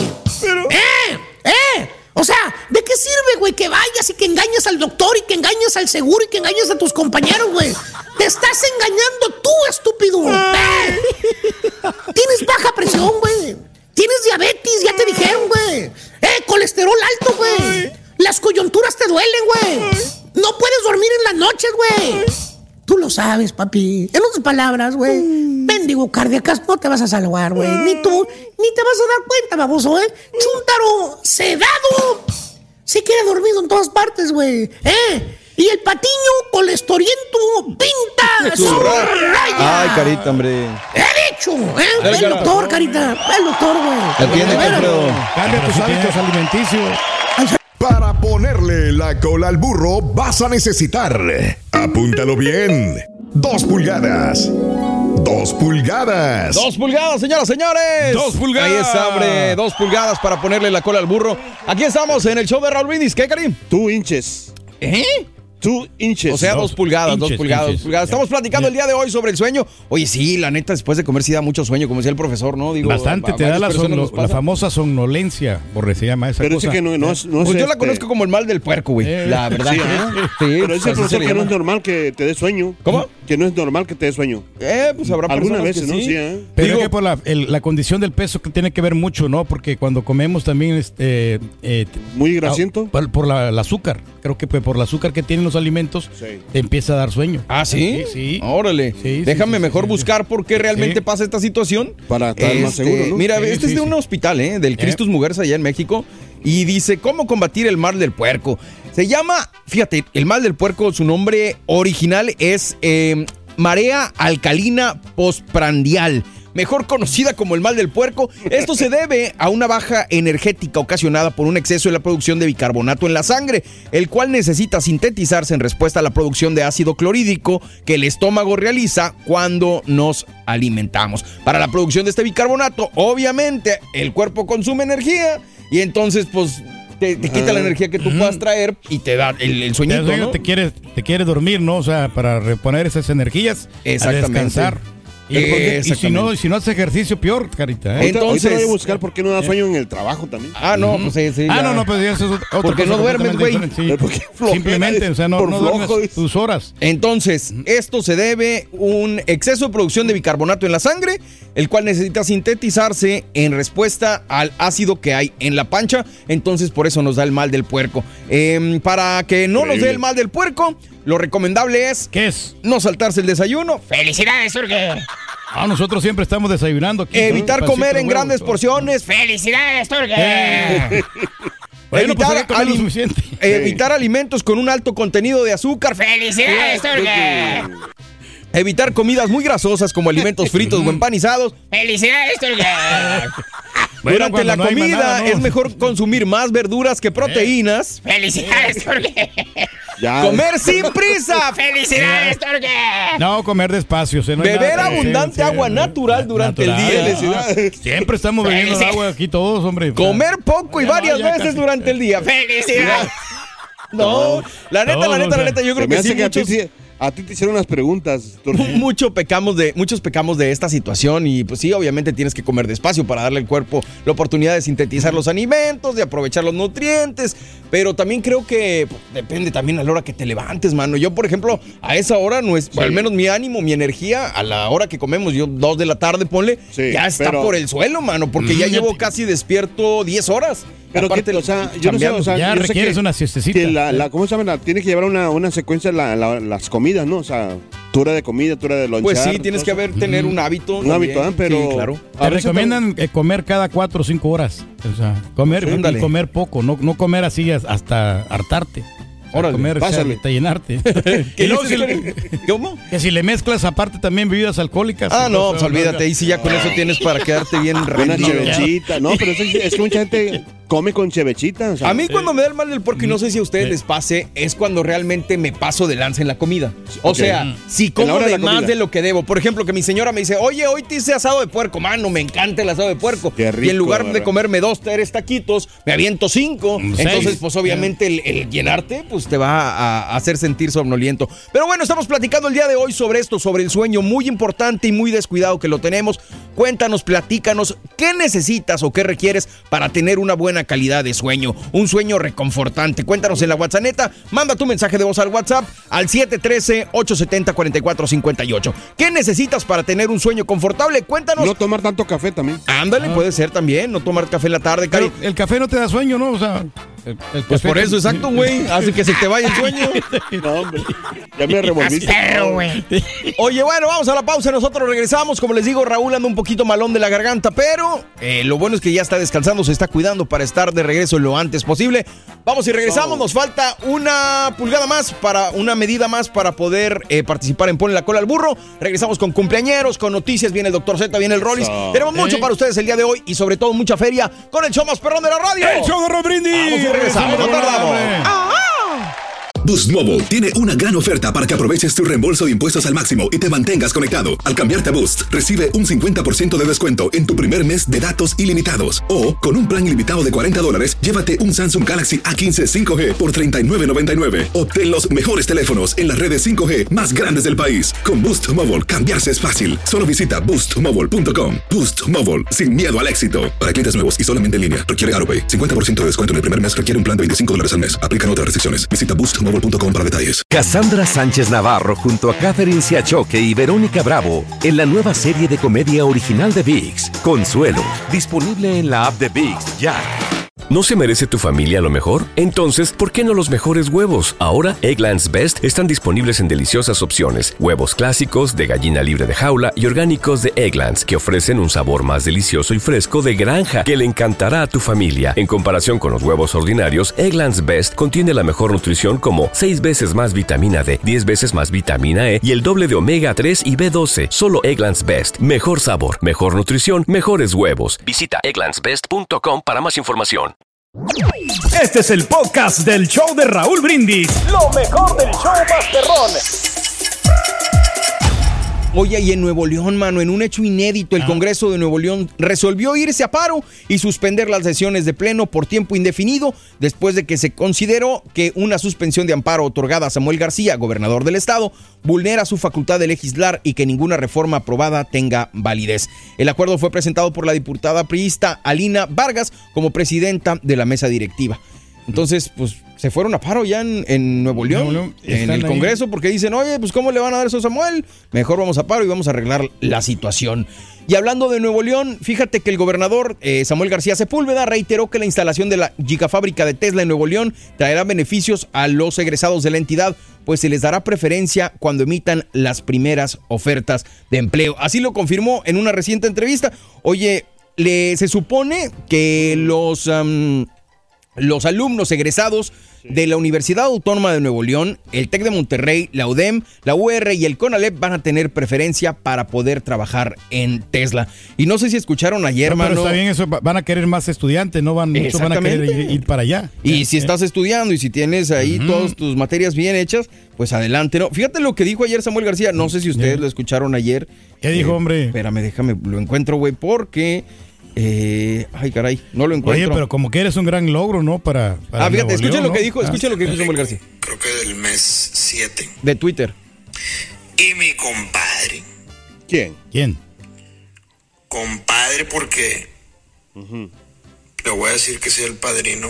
O sea, ¿de qué sirve, güey, que vayas y que engañes al doctor y que engañes al seguro y que engañes a tus compañeros, güey? Te estás engañando tú, estúpido. Tienes baja presión, güey. Tienes diabetes, ya te dijeron, güey. Colesterol alto, güey. Las coyunturas te duelen, güey. No puedes dormir en las noches, güey. Tú lo sabes, papi. En otras palabras, güey, mendigo cardíacas, no te vas a salvar, güey. Ni tú, ni te vas a dar cuenta, baboso, Chúntaro sedado. Se queda dormido en todas partes, güey. Y el patiño colestoriento pinta su raya. Ay, carita, hombre. He dicho, el doctor, carita. El doctor, güey. Atiende, Pedro. Cambia tus hábitos alimenticios. Para ponerle la cola al burro vas a necesitar, apúntalo bien, 2 pulgadas. 2 pulgadas. 2 pulgadas, señoras, señores. 2 pulgadas. Ahí está, hombre. 2 pulgadas para ponerle la cola al burro. Aquí estamos en el show de Raúl Brindis. ¿Qué, Karim? 2 inches. 2 inches. O sea, 2 pulgadas, 2 pulgadas. Estamos platicando el día de hoy sobre el sueño. Oye, sí, la neta, después de comer sí da mucho sueño, como decía el profesor, ¿no? Digo, bastante, te da la famosa somnolencia, por se llama esa pero cosa. Pero dice que no es pues yo la conozco como el mal del puerco, güey. La verdad. Sí, pero dice el profesor que no es normal que te dé sueño. ¿Cómo? Que no es normal que te dé sueño. Pues habrá algunas veces, ¿no? Sí, Pero que por la condición del peso que tiene que ver mucho, ¿no? Porque cuando comemos también muy grasiento. Por el azúcar. Creo que por el azúcar que tienen los alimentos te empieza a dar sueño. ¿Ah, sí? Sí. Órale. Déjame mejor buscar por qué realmente pasa esta situación. Para estar más seguro, ¿no? Mira, es de un hospital, del Christus Muguerza allá en México. Y dice, ¿cómo combatir el mal del puerco? Se llama, fíjate, el mal del puerco, su nombre original es marea alcalina postprandial, mejor conocida como el mal del puerco. Esto se debe a una baja energética ocasionada por un exceso en la producción de bicarbonato en la sangre, el cual necesita sintetizarse en respuesta a la producción de ácido clorhídrico que el estómago realiza cuando nos alimentamos. Para la producción de este bicarbonato, obviamente, el cuerpo consume energía y entonces, pues, te quita la energía que tú puedas traer y te da el sueñito, ¿no? Te quieres dormir, ¿no? O sea, para reponer esas energías, exactamente, a descansar. Y si no haces ejercicio, peor, carita. Entonces, hoy te voy a buscar por qué no da sueño en el trabajo también. No, pues sí. No, pues eso es otra porque cosa. No duermes, güey. Sí. Simplemente, o sea, no duermes tus horas. Entonces, esto se debe a un exceso de producción de bicarbonato en la sangre, el cual necesita sintetizarse en respuesta al ácido que hay en la pancha. Entonces, por eso nos da el mal del puerco. Para que no nos dé el mal del puerco, lo recomendable es... ¿Qué es? No saltarse el desayuno. ¡Felicidades, Turque! Nosotros siempre estamos desayunando aquí. Evitar comer en grandes porciones. ¡Felicidades, Turque! Bueno, evitar alimentos con un alto contenido de azúcar. ¡Felicidades, Turque! Evitar comidas muy grasosas como alimentos fritos o empanizados. ¡Felicidades, Turque! Durante la comida es mejor consumir más verduras que proteínas. ¡Felicidades, Turque! Comer sin prisa. ¡Felicidades, Turque! No, comer despacio. Beber abundante agua natural durante el día. Siempre estamos bebiendo agua aquí todos, hombre. Comer poco y varias veces durante el día. ¡Felicidades! No, la neta, yo creo que sí. A ti te hicieron unas preguntas. Muchos pecamos de esta situación y pues sí, obviamente tienes que comer despacio para darle al cuerpo la oportunidad de sintetizar los alimentos, de aprovechar los nutrientes, pero también creo que depende también a la hora que te levantes, mano. Yo, por ejemplo, a esa hora, al menos mi ánimo, mi energía, a la hora que comemos, yo 2 de la tarde, ponle, ya está por el suelo, mano, porque ya llevo casi despierto 10 horas. Pero aparte, yo no sé, ya requieres una siestecita. Que ¿cómo se llama? Tiene que llevar una secuencia las comidas, ¿no? O sea, tu hora de comida, tu hora de lonchar. Pues sí, tienes que tener un hábito. Un hábito, pero... Sí, claro. Te recomiendan comer cada 4 o 5 horas. O sea, comer poco, no comer así hasta hartarte. Órale, comer, pásale. Hasta llenarte. ¿Cómo? Que si le mezclas aparte también bebidas alcohólicas. No, pues olvídate. Y si ya con eso tienes para quedarte bien rendido. Una chevechita. No, pero es que mucha gente come con chevechita. O sea, a mí cuando me da el mal del puerco, y no sé si a ustedes les pase, es cuando realmente me paso de lanza en la comida. O sea, si como de más de lo que debo. Por ejemplo, que mi señora me dice, oye, hoy te hice asado de puerco. Mano, me encanta el asado de puerco. Qué rico, y en lugar de comerme 2, 3 taquitos, me aviento 5. Entonces, pues obviamente el llenarte, pues te va a hacer sentir somnoliento. Pero bueno, estamos platicando el día de hoy sobre esto, sobre el sueño, muy importante y muy descuidado que lo tenemos. Cuéntanos, platícanos, ¿qué necesitas o qué requieres para tener una buena calidad de sueño? Un sueño reconfortante. Cuéntanos en la WhatsApp, manda tu mensaje de voz al WhatsApp al 713-870-4458. ¿Qué necesitas para tener un sueño confortable? Cuéntanos. No tomar tanto café también. Ándale, puede ser también, no tomar café en la tarde. Pero el café no te da sueño, ¿no? O sea... Pues por eso, exacto, güey. Hace que se te vaya el sueño. No, hombre. Ya me revolviste. Oye, bueno, vamos a la pausa. Nosotros regresamos. Como les digo, Raúl anda un poquito malón de la garganta, pero lo bueno es que ya está descansando, se está cuidando para estar de regreso lo antes posible. Vamos y regresamos. Nos falta una medida más para poder participar en Ponle la Cola al Burro. Regresamos con cumpleañeros, con noticias. Viene el Dr. Z, viene el Rollis. Tenemos mucho para ustedes el día de hoy y sobre todo mucha feria con el show más perrón de la radio. ¡El show de Raúl Brindis! Vamos y regresamos, no tardamos. Boost Mobile tiene una gran oferta para que aproveches tu reembolso de impuestos al máximo y te mantengas conectado. Al cambiarte a Boost, recibe un 50% de descuento en tu primer mes de datos ilimitados. O, con un plan ilimitado de $40, llévate un Samsung Galaxy A15 5G por $39.99. Obtén los mejores teléfonos en las redes 5G más grandes del país. Con Boost Mobile, cambiarse es fácil. Solo visita boostmobile.com. Boost Mobile, sin miedo al éxito. Para clientes nuevos y solamente en línea, requiere AutoPay. 50% de descuento en el primer mes requiere un plan de $25 al mes. Aplican otras restricciones. Visita boostmobile.com para detalles. Cassandra Sánchez Navarro junto a Catherine Siachoque y Verónica Bravo en la nueva serie de comedia original de ViX, Consuelo, disponible en la app de ViX ya. ¿No se merece tu familia lo mejor? Entonces, ¿por qué no los mejores huevos? Ahora, Eggland's Best están disponibles en deliciosas opciones. Huevos clásicos, de gallina libre de jaula y orgánicos de Eggland's, que ofrecen un sabor más delicioso y fresco de granja que le encantará a tu familia. En comparación con los huevos ordinarios, Eggland's Best contiene la mejor nutrición como 6 veces más vitamina D, 10 veces más vitamina E y el doble de omega 3 y B12. Solo Eggland's Best. Mejor sabor, mejor nutrición, mejores huevos. Visita egglandsbest.com para más información. Este es el podcast del show de Raúl Brindis. Lo mejor del show Masterrón. Oye, y en Nuevo León, mano, en un hecho inédito, el Congreso de Nuevo León resolvió irse a paro y suspender las sesiones de pleno por tiempo indefinido después de que se consideró que una suspensión de amparo otorgada a Samuel García, gobernador del estado, vulnera su facultad de legislar y que ninguna reforma aprobada tenga validez. El acuerdo fue presentado por la diputada priista Alina Vargas como presidenta de la mesa directiva. Entonces, pues, se fueron a paro ya en Nuevo León, en el Congreso, porque dicen, oye, pues, ¿cómo le van a dar eso a Samuel? Mejor vamos a paro y vamos a arreglar la situación. Y hablando de Nuevo León, fíjate que el gobernador Samuel García Sepúlveda reiteró que la instalación de la gigafábrica de Tesla en Nuevo León traerá beneficios a los egresados de la entidad, pues se les dará preferencia cuando emitan las primeras ofertas de empleo. Así lo confirmó en una reciente entrevista. Oye, se supone que los alumnos egresados de la Universidad Autónoma de Nuevo León, el TEC de Monterrey, la UDEM, la UR y el CONALEP van a tener preferencia para poder trabajar en Tesla. Y no sé si escucharon ayer, no, mano. Pero está bien, eso van a querer más estudiantes, no muchos van a querer ir para allá. Y si estás estudiando y si tienes ahí todas tus materias bien hechas, pues adelante, ¿no? Fíjate lo que dijo ayer Samuel García, no sé si ustedes lo escucharon ayer. ¿Qué dijo, hombre? Espérame, déjame, lo encuentro, güey, porque... ay, caray, no lo encuentro. Oye, pero como que eres un gran logro, ¿no? Para fíjate, escuchen lo que dijo, escuchen lo que dijo Samuel García. Creo que del mes 7. De Twitter. Y mi compadre. ¿Quién? Compadre, porque le voy a decir que soy el padrino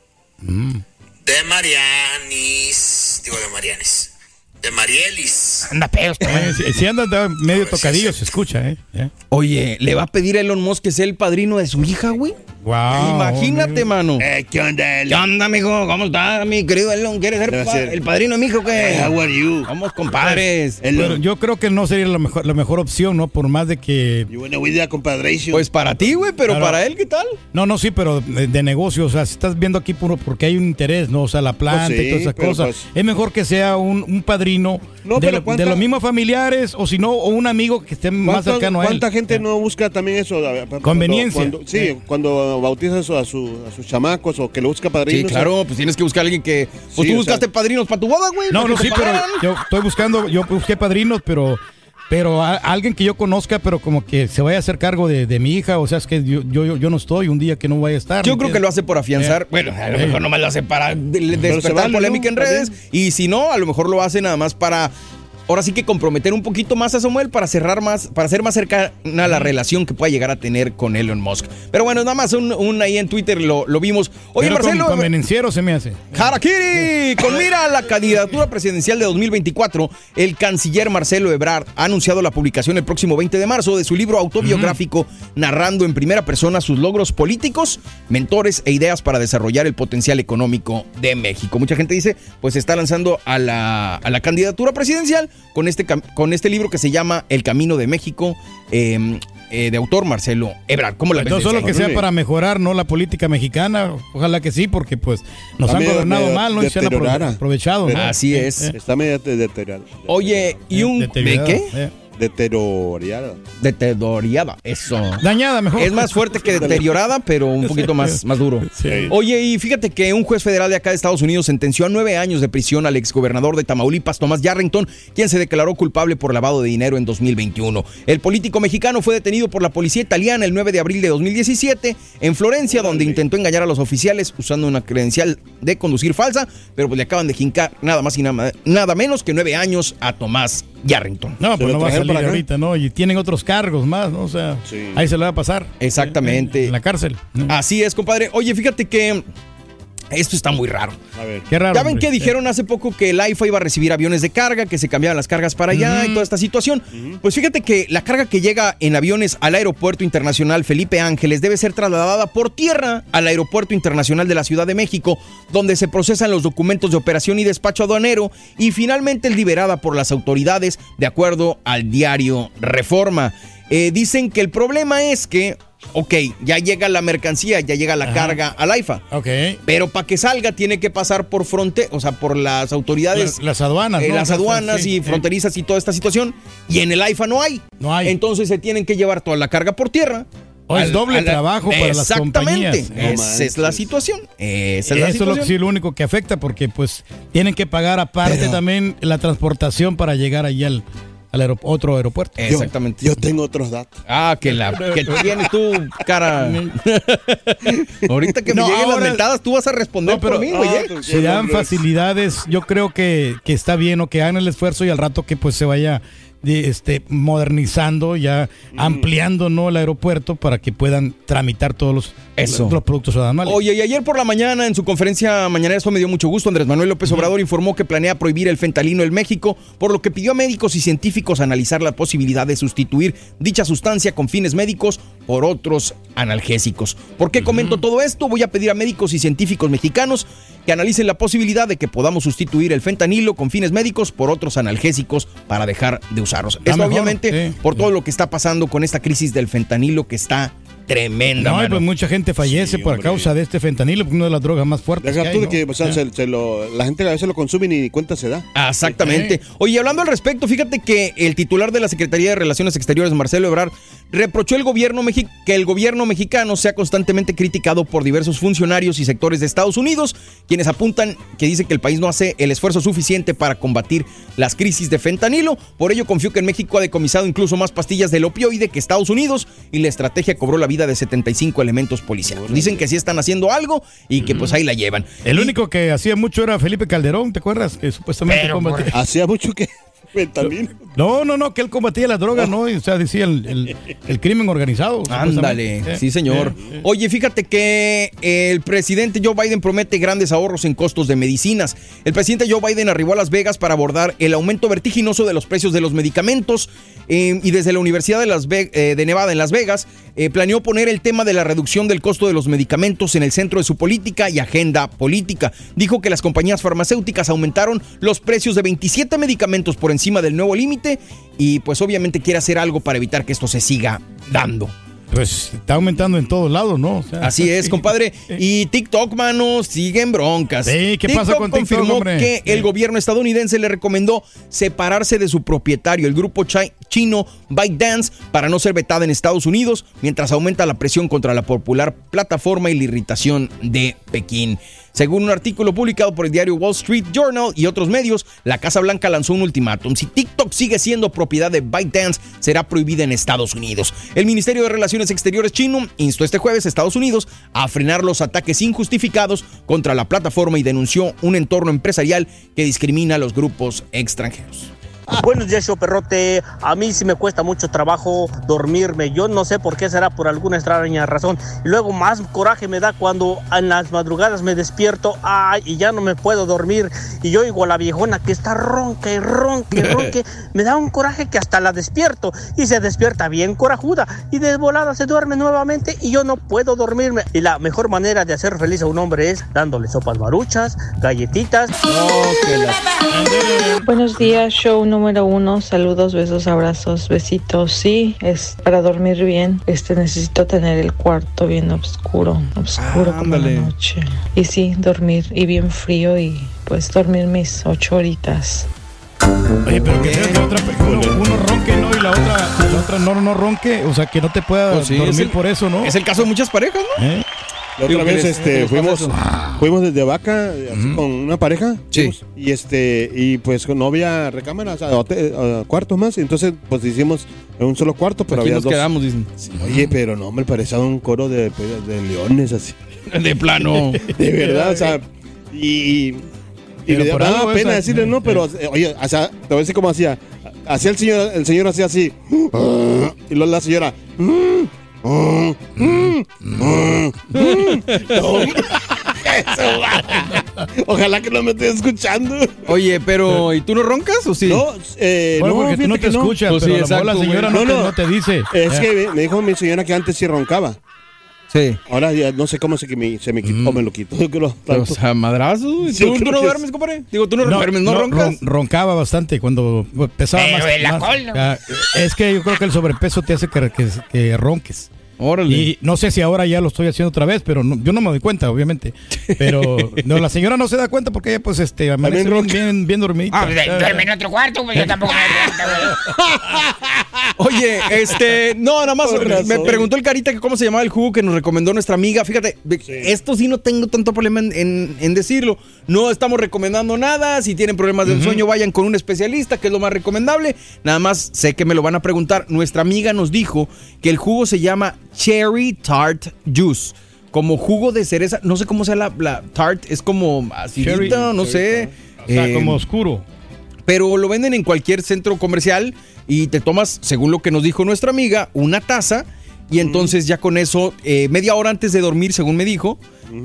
de Marianis. Digo, de Marianes. De Marielis. Anda peos, si anda medio tocadillo, se escucha, Oye, ¿le va a pedir a Elon Musk que sea el padrino de su hija, güey? Wow, imagínate, mano. ¿Qué onda, Elon? ¿Qué onda, mijo? ¿Cómo está, mi querido Elon? ¿Quieres ser el padrino de mi hijo? ¿Qué? How are you? Somos compadres. Pero yo creo que no sería la mejor opción, ¿no? Por más de que... Y buena idea, compadre. Pues para ti, güey, pero claro. Para él, ¿qué tal? No, sí, pero de negocio, o sea, si estás viendo aquí porque hay un interés, ¿no? O sea, la planta y todas esas cosas. Pues, es mejor que sea un padrino de los mismos familiares, o si no, o un amigo que esté más cercano a él. ¿Cuánta gente no busca también eso? Conveniencia. Cuando bautizas a sus chamacos o que lo busca padrinos. Sí, claro, pues tienes que buscar a alguien que... Pues tú buscaste padrinos para tu boda, güey. No, sí, pero yo busqué padrinos, pero alguien que yo conozca, pero como que se vaya a hacer cargo de mi hija, o sea, es que yo no estoy un día que no vaya a estar. Yo creo que lo hace por afianzar, bueno, a lo mejor nomás lo hace para despertar polémica en redes, y si no, a lo mejor lo hace nada más para... Ahora sí que comprometer un poquito más a Samuel para ser más cercana a la relación que pueda llegar a tener con Elon Musk. Pero bueno, nada más un ahí en Twitter lo vimos. Oye, pero Marcelo. Convenenciero se me hace. ¡Harakiri! Con mira a la candidatura presidencial de 2024, el canciller Marcelo Ebrard ha anunciado la publicación el próximo 20 de marzo de su libro autobiográfico, narrando en primera persona sus logros políticos, mentores e ideas para desarrollar el potencial económico de México. Mucha gente dice, pues se está lanzando a la candidatura presidencial con este libro que se llama El Camino de México, de autor Marcelo Ebrard. ¿Cómo la ves? No solo que sea para mejorar, ¿no? La política mexicana, ojalá que sí, porque pues nos han gobernado mal, ¿no? Y se han aprovechado, ¿no? Así es. Está medio deteriorado. Oye, ¿y un de qué? Deteriorada, eso. Dañada, mejor. Es más fuerte que deteriorada, pero un poquito más duro. Sí. Oye, y fíjate que un juez federal de acá de Estados Unidos sentenció a 9 años de prisión al exgobernador de Tamaulipas, Tomás Yarrington, quien se declaró culpable por lavado de dinero en 2021. El político mexicano fue detenido por la policía italiana el 9 de abril de 2017 en Florencia, donde intentó engañar a los oficiales usando una credencial de conducir falsa, pero pues le acaban de jincar nada más y nada menos que 9 años a Tomás Yarrington. No, pues no va a salir ahorita, ¿no? Y tienen otros cargos más, ¿no? O sea, sí. Ahí se le va a pasar. Exactamente. En la cárcel. Así es, compadre. Oye, fíjate que esto está muy raro. A ver. Qué raro. Ya ven que dijeron hace poco que el AIFA iba a recibir aviones de carga, que se cambiaban las cargas para allá y toda esta situación. Pues fíjate que la carga que llega en aviones al Aeropuerto Internacional Felipe Ángeles debe ser trasladada por tierra al Aeropuerto Internacional de la Ciudad de México, donde se procesan los documentos de operación y despacho aduanero y finalmente es liberada por las autoridades, de acuerdo al diario Reforma. Dicen que el problema es que ya llega la mercancía, ya llega la carga al AIFA. Pero para que salga tiene que pasar por por las autoridades. Las aduanas, ¿no? Las aduanas y fronterizas y toda esta situación. Y en el AIFA no hay. Entonces se tienen que llevar toda la carga por tierra. Es doble trabajo para las compañías. Exactamente. Esa es la situación. Eso es lo único que afecta, porque pues tienen que pagar aparte también la transportación para llegar allá al otro aeropuerto. Exactamente. Yo tengo otros datos. Que tienes tú, cara. Ahorita que me lleguen las mentadas, tú vas a responder por mí, güey. Se dan facilidades. Yo creo que está bien, o que hagan el esfuerzo y al rato que pues se vaya modernizando, ya ampliando, ¿no?, el aeropuerto para que puedan tramitar todos los productos aduanales. Oye, y ayer por la mañana en su conferencia mañanera, esto me dio mucho gusto, Andrés Manuel López Obrador informó que planea prohibir el fentanilo en México, por lo que pidió a médicos y científicos analizar la posibilidad de sustituir dicha sustancia con fines médicos por otros analgésicos. ¿Por qué comento todo esto? Voy a pedir a médicos y científicos mexicanos que analicen la posibilidad de que podamos sustituir el fentanilo con fines médicos por otros analgésicos para dejar de usarlos. Esto obviamente por todo lo que está pasando con esta crisis del fentanilo que está tremenda. No, pues mucha gente fallece por causa de este fentanilo, porque es una de las drogas más fuertes. La gente a veces lo consume y ni cuenta se da. Exactamente. Oye, hablando al respecto, fíjate que el titular de la Secretaría de Relaciones Exteriores, Marcelo Ebrard, reprochó que el gobierno mexicano sea constantemente criticado por diversos funcionarios y sectores de Estados Unidos, quienes apuntan que dice que el país no hace el esfuerzo suficiente para combatir las crisis de fentanilo. Por ello confió que en México ha decomisado incluso más pastillas del opioide que Estados Unidos y la estrategia cobró la vida de 75 elementos policiales. Dicen que sí están haciendo algo y que pues ahí la llevan. El único que hacía mucho era Felipe Calderón, ¿te acuerdas? Que supuestamente combatía. Hacía mucho que fentanilo. No, que él combatía las drogas, ¿no? O sea, decía el crimen organizado. Ándale, sí, señor. Oye, fíjate que el presidente Joe Biden promete grandes ahorros en costos de medicinas. El presidente Joe Biden arribó a Las Vegas para abordar el aumento vertiginoso de los precios de los medicamentos y desde la Universidad de Nevada en Las Vegas planeó poner el tema de la reducción del costo de los medicamentos en el centro de su política y agenda política. Dijo que las compañías farmacéuticas aumentaron los precios de 27 medicamentos por encima del nuevo límite y pues obviamente quiere hacer algo para evitar que esto se siga dando. Pues está aumentando en todos lados, ¿no? O sea, así es, compadre. Y TikTok, mano, siguen broncas. Sí, ¿qué pasa con TikTok, confirmó que el gobierno estadounidense le recomendó separarse de su propietario, el grupo chino ByteDance, para no ser vetada en Estados Unidos, mientras aumenta la presión contra la popular plataforma y la irritación de Pekín. Según un artículo publicado por el diario Wall Street Journal y otros medios, la Casa Blanca lanzó un ultimátum. Si TikTok sigue siendo propiedad de ByteDance, será prohibida en Estados Unidos. El Ministerio de Relaciones Exteriores chino instó este jueves a Estados Unidos a frenar los ataques injustificados contra la plataforma y denunció un entorno empresarial que discrimina a los grupos extranjeros. Buenos días, show perrote. A mí sí me cuesta mucho trabajo dormirme. Yo no sé por qué, será por alguna extraña razón. Y luego más coraje me da cuando en las madrugadas me despierto y ya no me puedo dormir. Y yo oigo a la viejona que está ronque. Me da un coraje que hasta la despierto. Y se despierta bien corajuda. Y de volada se duerme nuevamente y yo no puedo dormirme. Y la mejor manera de hacer feliz a un hombre es dándole sopas maruchas, galletitas. Buenos días, show número 1, saludos, besos, abrazos, besitos. Sí, es para dormir bien. Necesito tener el cuarto bien oscuro como la noche. Y sí, dormir y bien frío y pues dormir mis 8 horitas. Oye, pero que uno ronque, ¿no? Y la otra no ronque. O sea, que no te pueda dormir por eso, ¿no? Es el caso de muchas parejas, ¿no? La otra vez fuimos desde Vaca así con una pareja. Sí. Y pues no había recámaras, cuartos más. Entonces, pues hicimos en un solo cuarto, pero aquí había nos dos. Quedamos, dicen. Oye, pero no, me parecía un coro de leones así. De plano. De verdad, o sea, y me daba pena decirle no, pero oye, o sea, te voy a decir cómo hacía. Hacía el señor hacía así. Y luego la señora. Ojalá que no me esté escuchando. Oye, pero ¿y tú no roncas o sí? No, bueno, porque no te escuchas, pues pero sí, la señora no te dice. Es que me dijo mi señora que antes sí roncaba. Sí. Ahora ya no sé cómo se me quitó, me lo quitó. O sea, madrazo. ¿Tú no duermes, compadre? Digo, tú no duermes, ¿no roncas? Roncaba bastante cuando pesaba más. La cola. Es que yo creo que el sobrepeso te hace que ronques. Órale. Y no sé si ahora ya lo estoy haciendo otra vez, pero yo no me doy cuenta, obviamente. Pero no, la señora no se da cuenta porque ella pues amanece bien dormidita. Duerme en otro cuarto, pues yo tampoco me doy cuenta, güey. Oye, nada más me preguntó el Carita que cómo se llamaba el jugo que nos recomendó nuestra amiga. Fíjate, esto sí no tengo tanto problema en decirlo. No estamos recomendando nada. Si tienen problemas del sueño, vayan con un especialista, que es lo más recomendable. Nada más sé que me lo van a preguntar. Nuestra amiga nos dijo que el jugo se llama Cherry Tart Juice, como jugo de cereza. No sé cómo sea la tart, es como acidita, no sé. O sea, como oscuro. Pero lo venden en cualquier centro comercial y te tomas, según lo que nos dijo nuestra amiga, una taza y entonces ya con eso, media hora antes de dormir, según me dijo,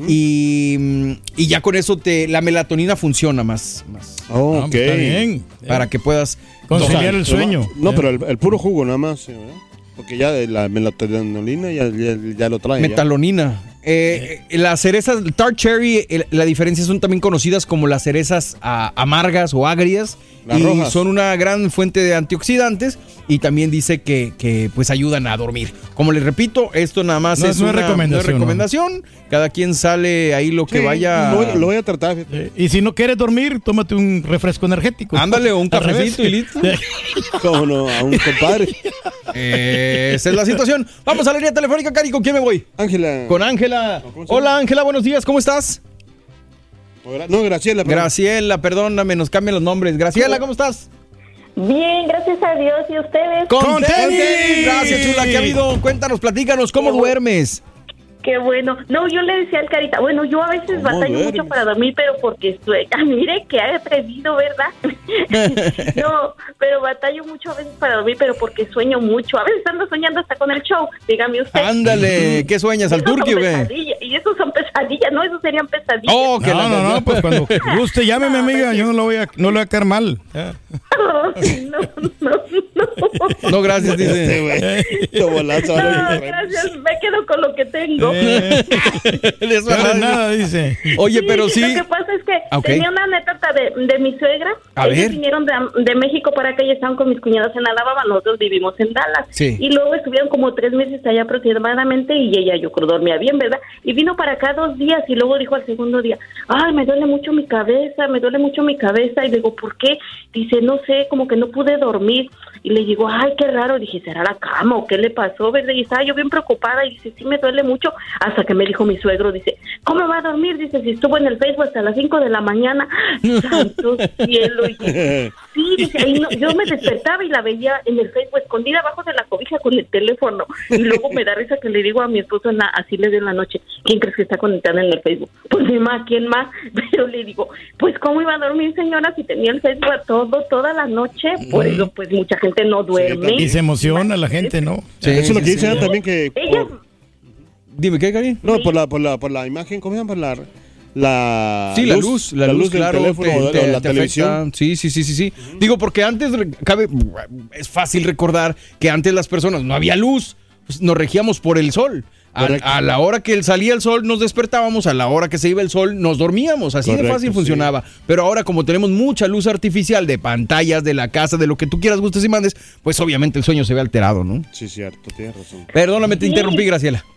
y ya con eso la melatonina funciona más. Oh, ok. Está bien. Para que puedas conciliar el sueño. No, pero el puro jugo nada más, ¿verdad? Porque ya la melatonina ya lo trae. Metalonina. Las cerezas Tart Cherry, la diferencia son también conocidas como las cerezas amargas o agrias. Las rojas. Son una gran fuente de antioxidantes y también dice que pues ayudan a dormir. Como les repito, esto nada más no es recomendación. Cada quien sale ahí lo que vaya. Lo voy a tratar. Y si no quieres dormir, tómate un refresco energético. Ándale, o un cafecito y listo. ¿Cómo no? A un compadre. Esa es la situación. Vamos a la línea telefónica, Cari. ¿Con quién me voy? Ángela. Con Ángela. Hola, Ángela, buenos días. ¿Cómo estás? No, Graciela. Perdón. Graciela, perdóname, nos cambian los nombres. Graciela, ¿cómo estás? Bien, gracias a Dios. ¿Y ustedes? ¡Con tenis! Gracias, chula. ¿Qué ha habido? Cuéntanos, platícanos, ¿cómo duermes? Qué bueno. No, yo le decía al Carita, bueno, yo a veces batallo mucho para dormir, pero porque mire que ha atrevido, ¿verdad? No, pero batallo mucho a veces para dormir, pero porque sueño mucho. A veces ando soñando hasta con el show, dígame usted. Ándale, ¿qué sueñas? ¿Al turqui o qué? Y esos son pesadillas, ¿no? Esos serían pesadillas. Oh, que no, pues cuando guste, llámeme, amiga, yo no le voy a caer mal. No, gracias, dice. No, gracias, me quedo con lo que tengo. Nada, dice. Oye, pero sí. Lo que pasa es que tenía una anécdota de mi suegra. Ellos vinieron de México para acá y estaban con mis cuñadas en Alabama. Nosotros vivimos en Dallas. Sí. Y luego estuvieron como 3 meses allá aproximadamente y ella, yo creo, dormía bien, ¿verdad? Y vino para acá 2 días y luego dijo al segundo día, ay, me duele mucho mi cabeza. Y le digo, ¿por qué? Dice, no sé, como que no pude dormir. Y le digo, ay, qué raro. Dije, ¿será la cama o qué le pasó, verdad? Y estaba yo bien preocupada y dice, sí, me duele mucho. Hasta que me dijo mi suegro, dice, ¿cómo va a dormir? Dice, si estuvo en el Facebook hasta las 5 de la mañana. Santo cielo. Y dice, sí, dice, ahí no, yo me despertaba y la veía en el Facebook escondida abajo de la cobija con el teléfono. Y luego me da risa que le digo a mi esposo así le de la noche, ¿quién crees que está conectada en el Facebook? Pues mi mamá, ¿quién más? Pero le digo, pues ¿cómo iba a dormir, señora, si tenía el Facebook toda la noche? Por eso, pues mucha gente no duerme. Y se emociona la gente, ¿no? Sí, eso es lo que dice también que... Dime, ¿qué, Cari? No, por la imagen, ¿cómo se llama? La luz, claro, del teléfono o la televisión. Sí. Digo, porque antes, es fácil recordar que antes las personas no había luz, pues nos regíamos por el sol. A la hora que salía el sol nos despertábamos, a la hora que se iba el sol nos dormíamos, así de fácil funcionaba. Pero ahora como tenemos mucha luz artificial de pantallas, de la casa, de lo que tú quieras, gustes y mandes, pues obviamente el sueño se ve alterado, ¿no? Sí, cierto, tienes razón. Perdóname, te interrumpí, Graciela.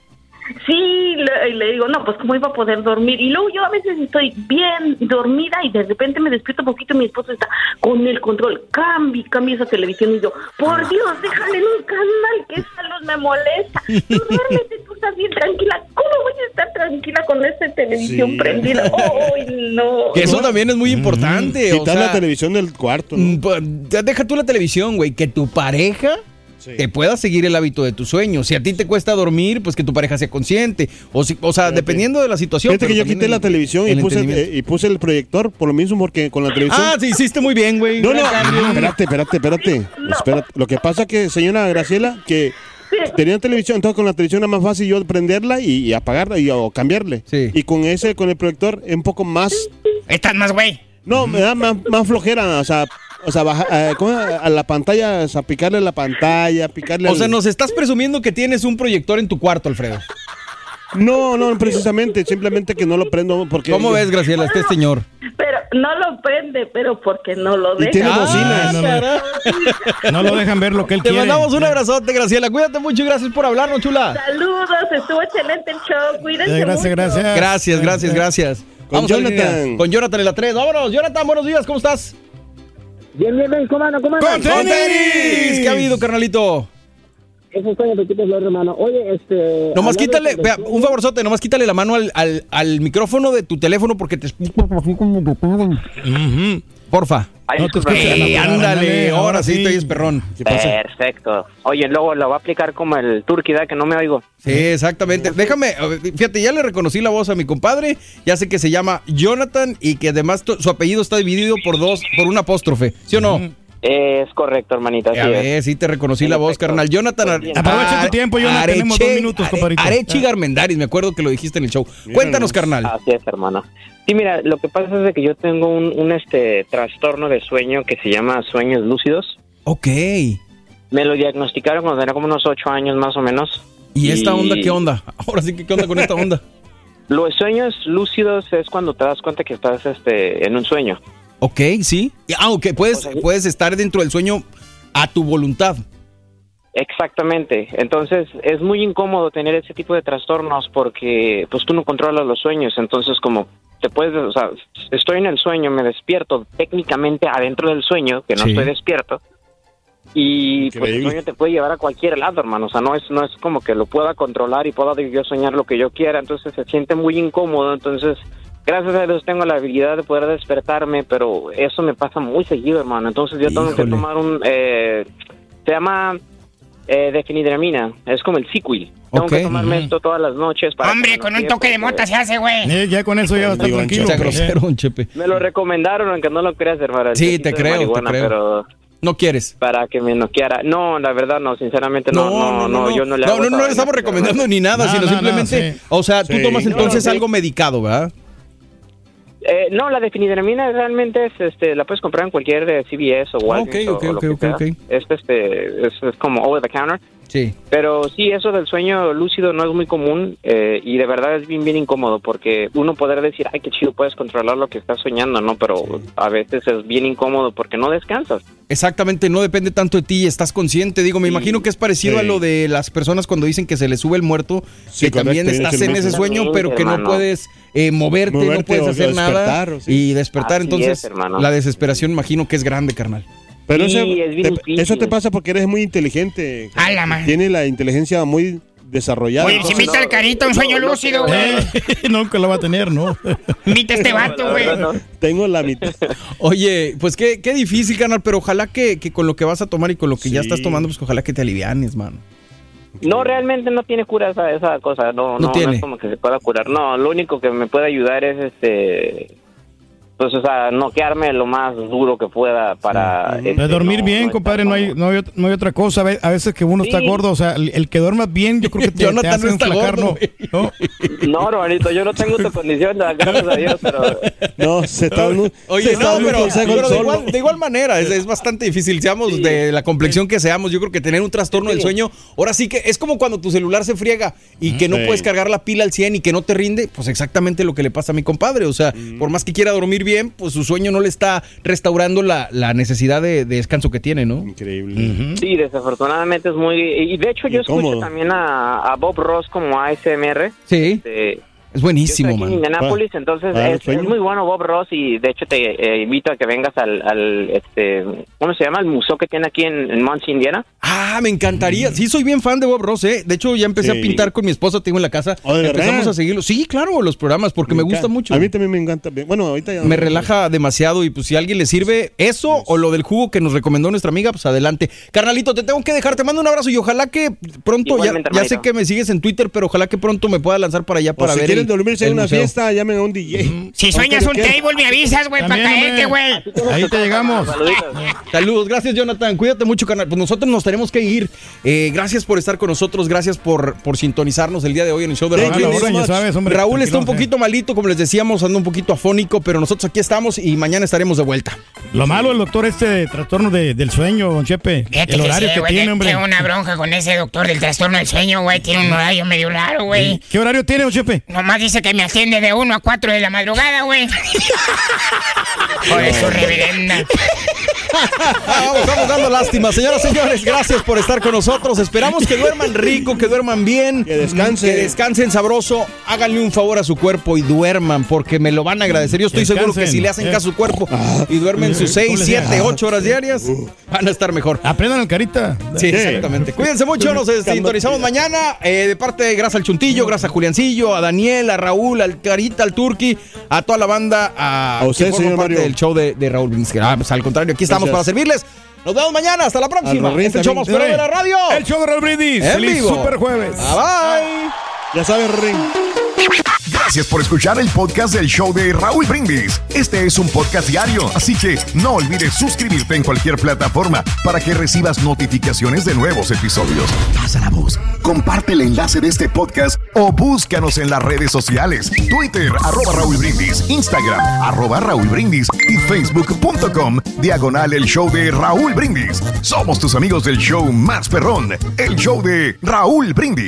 Sí, le digo, no, pues cómo iba a poder dormir. Y luego yo a veces estoy bien dormida y de repente me despierto un poquito y mi esposo está con el control. Cambia esa televisión y yo, por Dios, déjale en un canal que esa luz me molesta. Tú duérmete, tú estás bien tranquila. ¿Cómo voy a estar tranquila con esta televisión prendida? ¡Ay, no! Que eso también es muy importante. Quitar la televisión del cuarto, ¿no? Deja tú la televisión, güey, que tu pareja te pueda seguir el hábito de tu sueño. Si a ti te cuesta dormir, pues que tu pareja sea consciente. O sea, dependiendo de la situación. Fíjate que yo quité la televisión y puse el proyector por lo mismo, porque con la televisión... Ah, sí, hiciste muy bien, güey. No, espérate. Lo que pasa que, señora Graciela, que tenía televisión, entonces con la televisión era más fácil yo prenderla y apagarla o cambiarle. Sí. Y con el proyector es un poco más... Estás más, güey. No, me da más flojera, o sea, bajar a la pantalla, o sea, picarle la pantalla, O sea, nos estás presumiendo que tienes un proyector en tu cuarto, Alfredo. No, precisamente, simplemente que no lo prendo porque... ¿Cómo ves, Graciela, este señor? Pero no lo prende, pero porque no lo deja. Y tiene bocinas. No lo dejan ver lo que él quiere. Te mandamos un abrazote, Graciela. Cuídate mucho y gracias por hablarnos, chula. Saludos, estuvo excelente el show. Cuídense Gracias. mucho. Gracias. Con Jonathan. Con Jonathan en la 3. Vámonos, Jonathan, buenos días, ¿cómo estás? Bien, ¿cómo andan? ¡Con tenis! ¿Qué ha habido, carnalito? Eso está en el hermano. Oye, nomás quítale, vea, un favorzote, nomás quítale la mano al micrófono de tu teléfono porque te escucho así como de Porfa. No te escuches. Ándale, ahora sí estoy esperrón. Perfecto. Oye, luego lo va a aplicar como el Turkey, ¿da? Que no me oigo. Sí, exactamente. Déjame, fíjate, ya le reconocí la voz a mi compadre. Ya sé que se llama Jonathan y que además su apellido está dividido por un apóstrofe. ¿Sí o no? Es correcto, hermanita. Sí te reconocí la voz, carnal. Jonathan. Aprovecha tu tiempo, Jonathan. Tenemos 2 minutos, compadrito. Arechi Garmendaris, me acuerdo que lo dijiste en el show. Cuéntanos, carnal. Así es, hermano. Sí, mira, lo que pasa es de que yo tengo un trastorno de sueño que se llama sueños lúcidos. Ok. Me lo diagnosticaron cuando tenía como unos 8 años más o menos. ¿Y esta onda qué onda? Ahora sí que qué onda con esta onda. Los sueños lúcidos es cuando te das cuenta que estás en un sueño. Ok, sí. Ok, puedes estar dentro del sueño a tu voluntad. Exactamente. Entonces es muy incómodo tener ese tipo de trastornos porque pues tú no controlas los sueños. Entonces como estoy en el sueño, me despierto técnicamente adentro del sueño, que no estoy despierto. Y pues el sueño te puede llevar a cualquier lado, hermano. O sea, no es como que lo pueda controlar y pueda yo soñar lo que yo quiera. Entonces se siente muy incómodo. Entonces, gracias a Dios tengo la habilidad de poder despertarme, pero eso me pasa muy seguido, hermano. Entonces yo tengo que tomar se llama defenidramina. Es como el Sequil. Tengo que tomarme esto todas las noches. Hombre, con un toque de mota se hace, güey. Ya con eso ya va a estar tranquilo. Chepe. Me lo recomendaron, aunque no lo creas, hermano. Sí, te creo. Pero no quieres. Para que me noqueara. No, la verdad no, sinceramente no, yo no le hago. No le estamos recomendando ni nada, sino simplemente, o sea, tú tomas entonces algo medicado, ¿verdad? No, la defenidramina realmente es, la puedes comprar en cualquier CVS o Walgreens. Ok. Es como over the counter. Sí. Pero sí, eso del sueño lúcido no es muy común y de verdad es bien incómodo porque uno podrá decir, ay, qué chido, puedes controlar lo que estás soñando, ¿no? Pero a veces es bien incómodo porque no descansas. Exactamente, no depende tanto de ti y estás consciente. Digo, me imagino que es parecido a lo de las personas cuando dicen que se les sube el muerto, que también estás en ese sueño, pero que no puedes moverte, no puedes hacer nada y despertar. Así entonces, la desesperación imagino que es grande, carnal. Pero eso te pasa porque eres muy inteligente. Tienes la inteligencia muy desarrollada. Oye, si invita al Carito a un sueño lúcido, güey. Nunca lo va a tener, ¿no? Invita a este vato, güey. Tengo la mitad. Oye, pues qué difícil, carnal, pero ojalá que con lo que vas a tomar y con lo que ya estás tomando, pues ojalá que te alivianes, mano. No, realmente no tiene cura esa cosa. No es como que se pueda curar. No, lo único que me puede ayudar es pues, o sea, noquearme lo más duro que pueda para... dormir bien, compadre, no hay otra cosa. A veces que uno está gordo, o sea, el que duermas bien, yo creo que te hace enflacar, ¿no? No, hermanito, yo no tengo tu condición, gracias a Dios, pero... No, se está... Oye, pero de igual manera, es bastante difícil, seamos de la complexión que seamos, yo creo que tener un trastorno del sueño, ahora sí que es como cuando tu celular se friega y que no puedes cargar la pila al 100 y que no te rinde, pues exactamente lo que le pasa a mi compadre, o sea, por más que quiera dormir dormir bien, pues su sueño no le está restaurando la necesidad de descanso que tiene, ¿no? Increíble. Sí, desafortunadamente es muy... Y de hecho yo escucho también a Bob Ross como ASMR. Sí. Es buenísimo, man. En Indianápolis, entonces es muy bueno Bob Ross y de hecho te invito a que vengas al ¿cómo se llama? El museo que tiene aquí en Muncie, Indiana. Ah, me encantaría. Sí, soy bien fan de Bob Ross, ¿eh? De hecho, ya empecé a pintar con mi esposa, tengo en la casa. Empezamos a seguirlo. Sí, claro, los programas, porque me gusta mucho. A mí también me encanta. Bueno, ahorita ya... Me relaja demasiado y pues si a alguien le sirve eso o lo del jugo que nos recomendó nuestra amiga, pues adelante. Carnalito, te tengo que dejar, te mando un abrazo y ojalá que pronto, ya sé que me sigues en Twitter, pero ojalá que pronto me pueda lanzar para allá para ver. Dormirse en una fiesta, llamen a un DJ. Si sueñas un table, me avisas, güey, para caerte, güey. Ahí te llegamos. Saludos, gracias, Jonathan. Cuídate mucho, carnal. Pues nosotros nos tenemos que ir. Gracias por estar con nosotros, gracias por sintonizarnos el día de hoy en el show de Raúl. Raúl está un poquito malito, como les decíamos, anda un poquito afónico, pero nosotros aquí estamos y mañana estaremos de vuelta. Lo malo el doctor trastorno del sueño, don Chepe. El horario que tiene, hombre. Tengo una bronca con ese doctor del trastorno del sueño, güey. Tiene un horario medio raro, güey. ¿Qué horario tiene, don Chepe? Nomás dice que me atiende de 1 a 4 de la madrugada, güey. Por eso, reverenda. Vamos dando lástima. Señoras, señores, gracias por estar con nosotros. Esperamos que duerman rico, que duerman bien. Que descansen sabroso. Háganle un favor a su cuerpo y duerman, porque me lo van a agradecer. Yo estoy seguro que si le hacen caso a su cuerpo y duermen sus 6, 7, 8 horas diarias, van a estar mejor. Aprendan el carita. Sí, exactamente. Cuídense mucho, nos sintonizamos mañana. De parte, gracias al Chuntillo, gracias a Juliancillo, a Daniel, a Raúl, al Carita, al Turqui, a toda la banda, a usted, señor Mario, del show de Raúl Brindis. Pues al contrario, aquí estamos para servirles. Nos vemos mañana, hasta la próxima. Este show más perro de la radio. El show de Raúl Brindis. Feliz super jueves. Bye. Ya sabes, Ring. Gracias por escuchar el podcast del show de Raúl Brindis. Este es un podcast diario, así que no olvides suscribirte en cualquier plataforma para que recibas notificaciones de nuevos episodios. Pasa la voz, comparte el enlace de este podcast o búscanos en las redes sociales. Twitter, @Raúl Brindis, Instagram, @Raúl Brindis y Facebook.com/el show de Raúl Brindis. Somos tus amigos del show más perrón, el show de Raúl Brindis.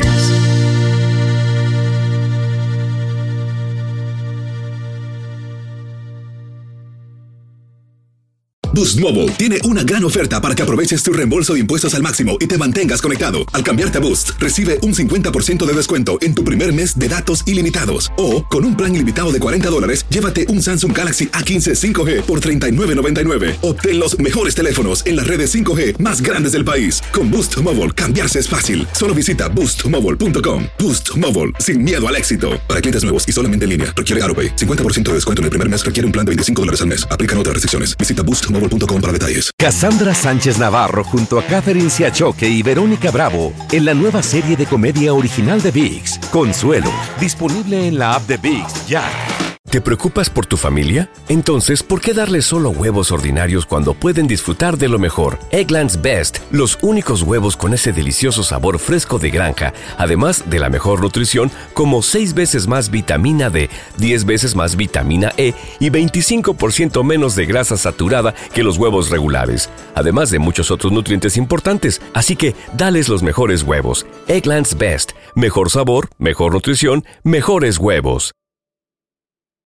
Boost Mobile tiene una gran oferta para que aproveches tu reembolso de impuestos al máximo y te mantengas conectado. Al cambiarte a Boost, recibe un 50% de descuento en tu primer mes de datos ilimitados. O, con un plan ilimitado de $40, llévate un Samsung Galaxy A15 5G por $39.99. Obtén los mejores teléfonos en las redes 5G más grandes del país. Con Boost Mobile, cambiarse es fácil. Solo visita boostmobile.com. Boost Mobile, sin miedo al éxito. Para clientes nuevos y solamente en línea, requiere AutoPay. 50% de descuento en el primer mes, requiere un plan de $25 al mes. Aplican otras restricciones. Visita boostmobile.com para detalles. Cassandra Sánchez Navarro junto a Catherine Siachoque y Verónica Bravo en la nueva serie de comedia original de ViX, Consuelo, disponible en la app de ViX ya. ¿Te preocupas por tu familia? Entonces, ¿por qué darles solo huevos ordinarios cuando pueden disfrutar de lo mejor? Eggland's Best, los únicos huevos con ese delicioso sabor fresco de granja, además de la mejor nutrición, como 6 veces más vitamina D, 10 veces más vitamina E y 25% menos de grasa saturada que los huevos regulares, además de muchos otros nutrientes importantes. Así que, dales los mejores huevos. Eggland's Best, mejor sabor, mejor nutrición, mejores huevos.